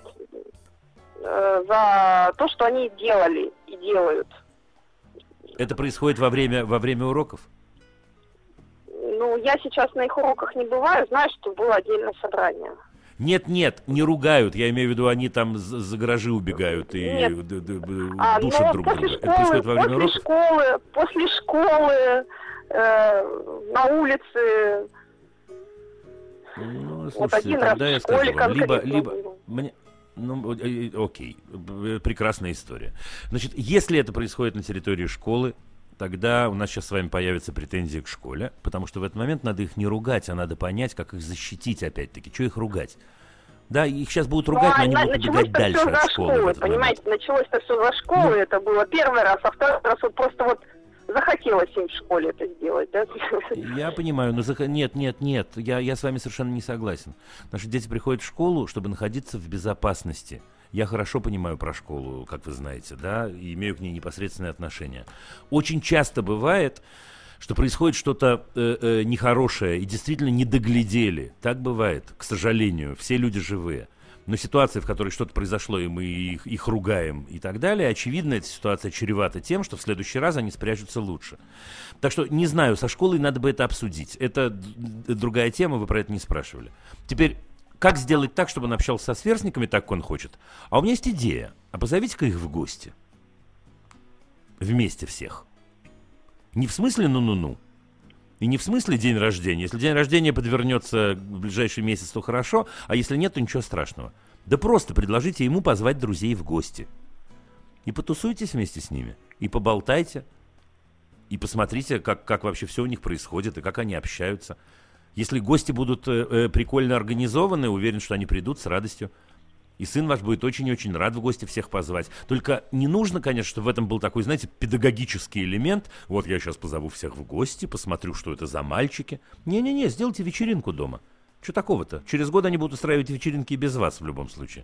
э, за то, что они делали и делают. Это происходит во время, во время уроков? Ну, я сейчас на их уроках не бываю, знаю, что было отдельное собрание. Нет, нет, не ругают. Я имею в виду, они там за, за гаражи убегают и Нет. д- д- д- а, душат друг после друга. Школы, Это происходит во время после уроков? школы, после школы, э, на улице. Ну, Вот слушайте, один тогда раз я в школе скажу вам, либо, конкретно либо, было. мне, Ну, окей, прекрасная история. Значит, если это происходит на территории школы, тогда у нас сейчас с вами появятся претензии к школе, потому что в этот момент надо их не ругать, а надо понять, как их защитить опять-таки. Что их ругать? Да, их сейчас будут ругать, но, но они будут убегать дальше от школы. школы понимаете, началось-то все за школы, ну, это было первый раз, а второй раз вот просто вот захотелось им в школе это сделать, да? Я понимаю, но зах... нет, нет, нет, я, я с вами совершенно не согласен. Наши дети приходят в школу, чтобы находиться в безопасности. Я хорошо понимаю про школу, как вы знаете, да, и имею к ней непосредственное отношение. Очень часто бывает, что происходит что-то э, э, нехорошее и действительно не доглядели. Так бывает, к сожалению, все люди живые. Но ситуация, в которой что-то произошло, и мы их, их ругаем и так далее, очевидно, эта ситуация чревата тем, что в следующий раз они спрячутся лучше. Так что, не знаю, со школой надо бы это обсудить. Это другая тема, вы про это не спрашивали. Теперь, как сделать так, чтобы он общался со сверстниками так, как он хочет? А у меня есть идея. А позовите-ка их в гости. Вместе всех. Не в смысле ну-ну-ну. И не в смысле день рождения. Если день рождения подвернется в ближайший месяц, то хорошо, а если нет, то ничего страшного. Да просто предложите ему позвать друзей в гости. И потусуйтесь вместе с ними. И поболтайте. И посмотрите, как, как вообще все у них происходит, и как они общаются. Если гости будут э, э, прикольно организованы, уверен, что они придут с радостью. И сын ваш будет очень-очень рад в гости всех позвать. Только не нужно, конечно, чтобы в этом был такой, знаете, педагогический элемент. Вот я сейчас позову всех в гости, посмотрю, что это за мальчики. Не-не-не, сделайте вечеринку дома. Что такого-то? Через год они будут устраивать вечеринки и без вас в любом случае.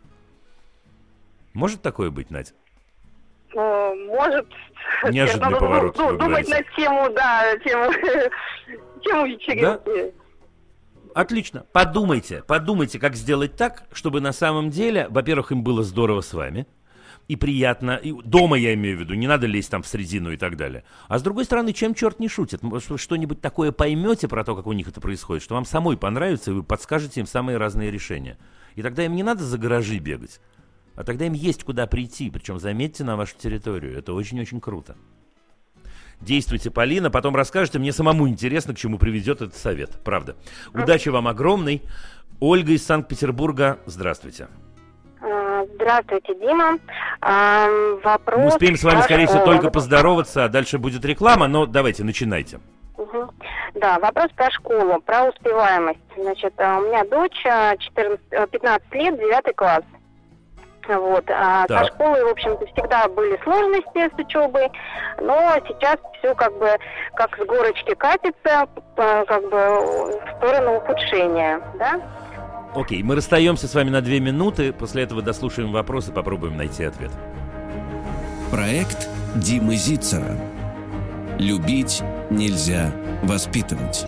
Может такое быть, Надя? Может. Неожиданный поворот. Ну, думать на тему, да, тему, тему вечеринки. Да? Отлично. Подумайте, подумайте, как сделать так, чтобы на самом деле, во-первых, им было здорово с вами, и приятно, и дома я имею в виду, не надо лезть там в середину и так далее. А с другой стороны, чем черт не шутит? Может, вы что-нибудь такое поймете про то, как у них это происходит, что вам самой понравится, и вы подскажете им самые разные решения. И тогда им не надо за гаражи бегать, а тогда им есть куда прийти, причем, заметьте, на вашу территорию. Это очень-очень круто. Действуйте, Полина, потом расскажете. Мне самому интересно, к чему приведет этот совет. Правда. Удачи вам огромной. Ольга из Санкт-Петербурга. Здравствуйте. Здравствуйте, Дима. Вопрос... Мы успеем с вами, скорее всего, только поздороваться, а дальше будет реклама, но давайте, начинайте. Угу. Да, вопрос про школу, про успеваемость. Значит, у меня дочь четырнадцать, пятнадцать лет, девятый класс. Вот. А со школой, в общем-то, всегда были сложности с учебой, но сейчас все как бы как с горочки катится, как бы в сторону ухудшения, да? Окей, мы расстаемся с вами на две минуты, после этого дослушаем вопрос и попробуем найти ответ. Проект Димы Зицера. Любить нельзя воспитывать.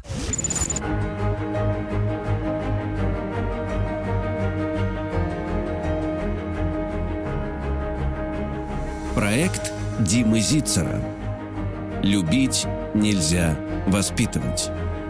Проект Димы Зицера. Любить нельзя воспитывать.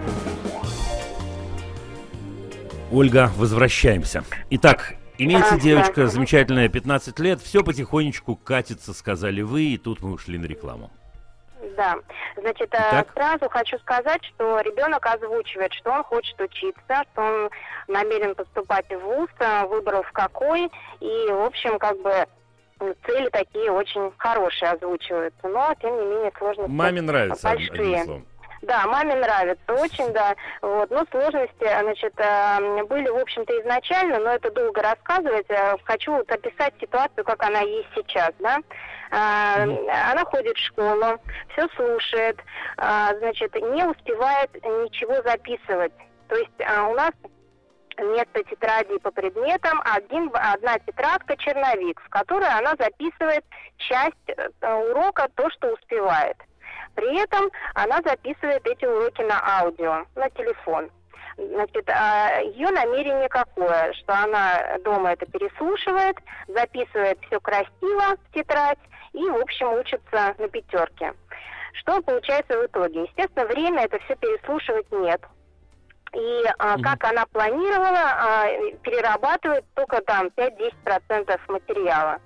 Ольга, возвращаемся. Итак, имеется девочка замечательная, пятнадцать лет, все потихонечку катится, сказали вы, и тут мы ушли на рекламу. Да, значит, Итак? сразу хочу сказать, что ребенок озвучивает, что он хочет учиться, что он намерен поступать в вуз, выбрал в какой, и, в общем, как бы цели такие очень хорошие озвучиваются, но, тем не менее, сложности Маме нравится, большие. одним словом. Да, маме нравится очень, да. Вот. Но сложности, значит, были, в общем-то, изначально, но это долго рассказывать. Хочу вот описать ситуацию, как она есть сейчас, да. Она ходит в школу, все слушает, значит, не успевает ничего записывать. То есть у нас вместо тетради по предметам один, одна тетрадка черновик, в которой она записывает часть урока, то, что успевает. При этом она записывает эти уроки на аудио, на телефон. Значит, ее намерение какое? Что она дома это переслушивает, записывает все красиво в тетрадь и, в общем, учится на пятерке. Что получается в итоге? Естественно, время это все переслушивать нет. И а, как она планировала, а, перерабатывает только там пять-десять процентов материала.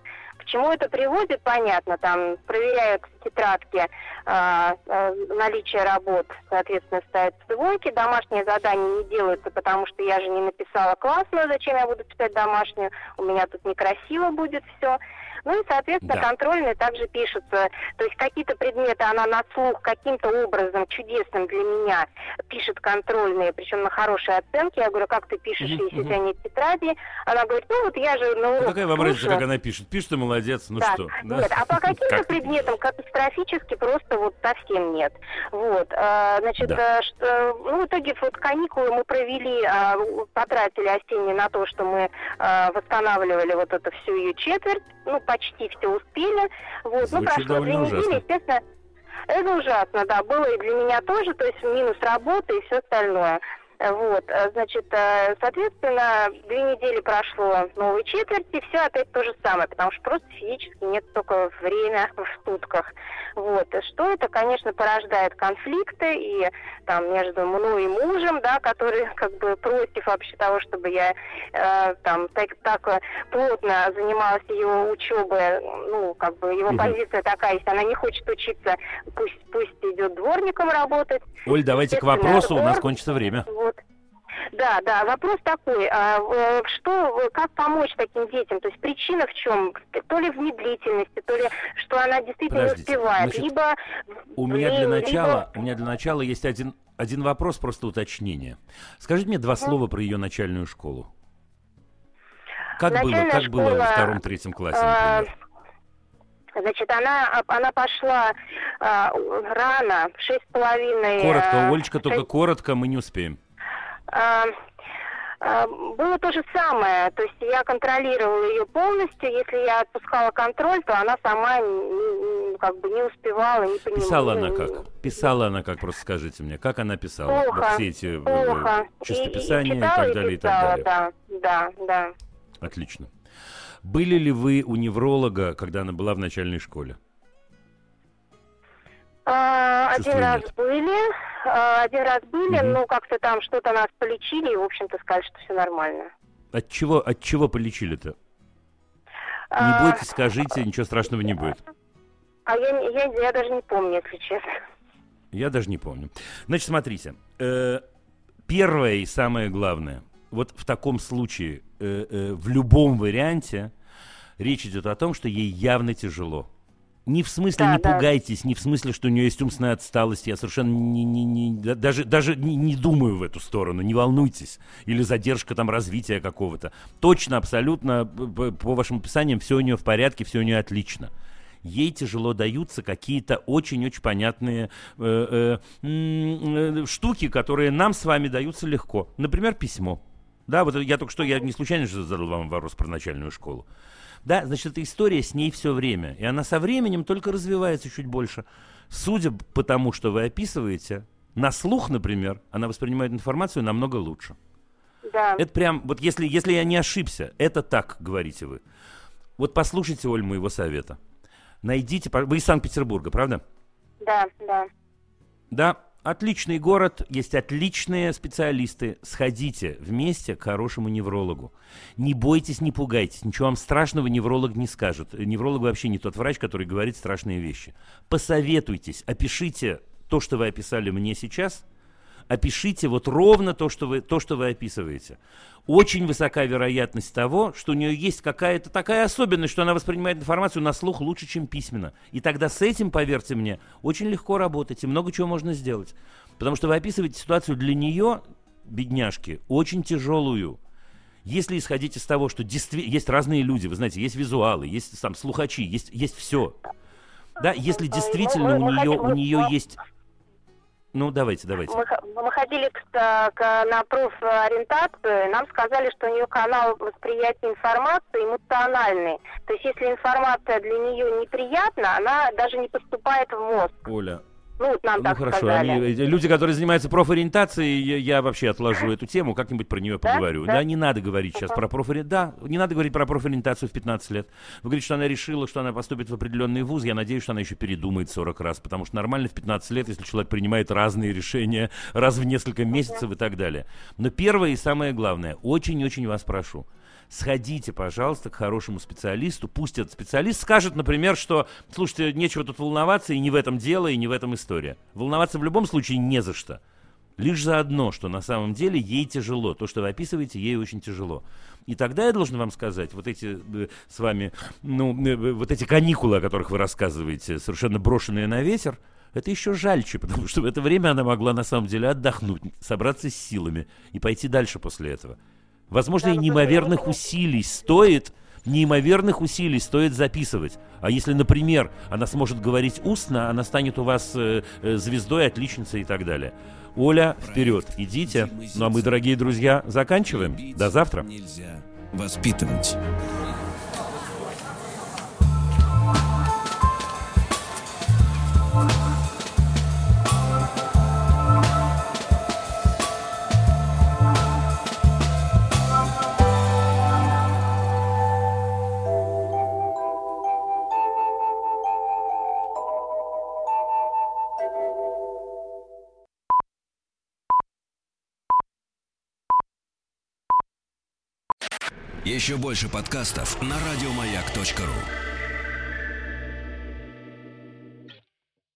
К чему это приводит, понятно, там проверяют тетрадки, э, э, наличие работ, соответственно, ставятся двойки, домашние задания не делаются, потому что я же не написала классную, зачем я буду писать домашнюю, у меня тут некрасиво будет все. Ну и, соответственно, да. контрольные также пишутся. То есть какие-то предметы она на слух каким-то образом чудесным для меня пишет контрольные, причем на хорошие оценки. Я говорю, как ты пишешь, uh-huh, если uh-huh. у тебя нет тетради? Она говорит, ну вот я же на урок ну, какая вам разница, как она пишет? Пишет и молодец, ну да. что? Да? Нет, а по каким-то предметам катастрофически просто вот совсем нет. Вот, а, значит, да. что, ну в итоге вот каникулы мы провели, а, потратили осенние на то, что мы а, восстанавливали вот эту всю ее четверть, ну почти все успели. Вот, ну прошло две недели, естественно, это ужасно, да, было и для меня тоже, то есть минус работы и все остальное. Вот, значит, соответственно, две недели прошло новой четверти, все опять то же самое, потому что просто физически нет столько время в сутках. Вот, что это, конечно, порождает конфликты и там между мной и мужем, да, который как бы против вообще того, чтобы я э, там так, так плотно занималась ее учебой, ну, как бы его угу. позиция такая, если она не хочет учиться, пусть, пусть идет дворником работать. Оль, давайте к вопросу, у нас кончится время. Вот. Да, да, вопрос такой, а, что, как помочь таким детям, то есть причина в чем, то ли в медлительности, то ли, что она действительно Подождите. не успевает, Значит, либо... У меня, для либо... начала, у меня для начала есть один, один вопрос, просто уточнение. Скажите мне два mm. слова про ее начальную школу. Как Начальная было, как школа, было во втором-третьем классе, например? Значит, она, она пошла а, рано, в шесть с половиной... Коротко, Олечка, только шесть... коротко, мы не успеем. А, а, было то же самое, то есть я контролировала ее полностью, если я отпускала контроль, то она сама не, как бы не успевала, не понимала. Писала она как? Писала она как, просто скажите мне, как она писала? Плохо, вот все эти плохо. чистописания и, и, и, так далее, и, писала, и так далее. Да, да, да. Отлично. Были ли вы у невролога, когда она была в начальной школе? А, один раз нет? были, а, один раз были, угу. но как-то там что-то нас полечили, и, в общем-то, сказали, что все нормально. От чего, от чего полечили-то? А, не бойтесь, скажите, ничего страшного не будет. А я, я, я даже не помню, если честно. Я даже не помню. Значит, смотрите. Э, первое и самое главное. Вот в таком случае, э, э, в любом варианте, речь идет о том, что ей явно тяжело. Не в смысле, да, не да. пугайтесь, не в смысле, что у нее есть умственная отсталость. Я совершенно не, не, не, даже, даже не, не думаю в эту сторону, не волнуйтесь. Или задержка там развития какого-то. Точно, абсолютно, по вашим описаниям, все у нее в порядке, все у нее отлично. Ей тяжело даются какие-то очень-очень понятные э, э, э, штуки, которые нам с вами даются легко. Например, письмо. Да, вот я только что, я не случайно же задал вам вопрос про начальную школу. Да, значит, эта история с ней все время. И она со временем только развивается чуть больше. Судя по тому, что вы описываете, на слух, например, она воспринимает информацию намного лучше. Да. Это прям, вот если, если я не ошибся, это так, говорите вы. Вот послушайте, Оль, моего совета. Найдите, вы из Санкт-Петербурга, правда? Да, да. Да, отличный город, есть отличные специалисты. Сходите вместе к хорошему неврологу. Не бойтесь, не пугайтесь. Ничего вам страшного невролог не скажет. Невролог вообще не тот врач, который говорит страшные вещи. Посоветуйтесь, опишите то, что вы описали мне сейчас. Опишите вот ровно то, что вы, то, что вы описываете. Очень высока вероятность того, что у нее есть какая-то такая особенность, что она воспринимает информацию на слух лучше, чем письменно. И тогда с этим, поверьте мне, очень легко работать, и много чего можно сделать. Потому что вы описываете ситуацию для нее, бедняжки, очень тяжелую. Если исходить из того, что действительно есть разные люди, вы знаете, есть визуалы, есть там слухачи, есть, есть все. Да, если действительно у нее, у нее есть... Ну, давайте, давайте. Мы, мы ходили к, к, на профориентацию, и нам сказали, что у нее канал восприятия информации эмоциональный. То есть, если информация для нее неприятна, она даже не поступает в мозг. Оля, ну, нам ну так хорошо, сказали. Они, люди, которые занимаются профориентацией, я, я вообще отложу эту тему, как-нибудь про нее поговорю. Да, да? да не надо говорить сейчас uh-huh. про профориентацию. Да, не надо говорить про профориентацию в пятнадцать лет. Вы говорите, что она решила, что она поступит в определенный вуз. Я надеюсь, что она еще передумает сорок раз, потому что нормально в пятнадцать лет, если человек принимает разные решения раз в несколько месяцев uh-huh. и так далее. Но первое и самое главное, очень-очень вас прошу, сходите, пожалуйста, к хорошему специалисту. Пусть этот специалист скажет, например, что, слушайте, нечего тут волноваться, и не в этом дело, и не в этом история. Волноваться в любом случае не за что. Лишь за одно, что на самом деле ей тяжело. То, что вы описываете, ей очень тяжело. И тогда я должен вам сказать, вот эти э, с вами, ну, э, вот эти каникулы, о которых вы рассказываете, совершенно брошенные на ветер, это еще жальче, потому что в это время она могла на самом деле отдохнуть, собраться с силами и пойти дальше после этого. Возможно, и неимоверных усилий стоит, неимоверных усилий стоит записывать. А если, например, она сможет говорить устно, она станет у вас э, э, звездой, отличницей и так далее. Оля, вперед, идите. Ну а мы, дорогие друзья, заканчиваем. До завтра. Нельзя воспитывать. Еще больше подкастов на радиомаяк точка ру.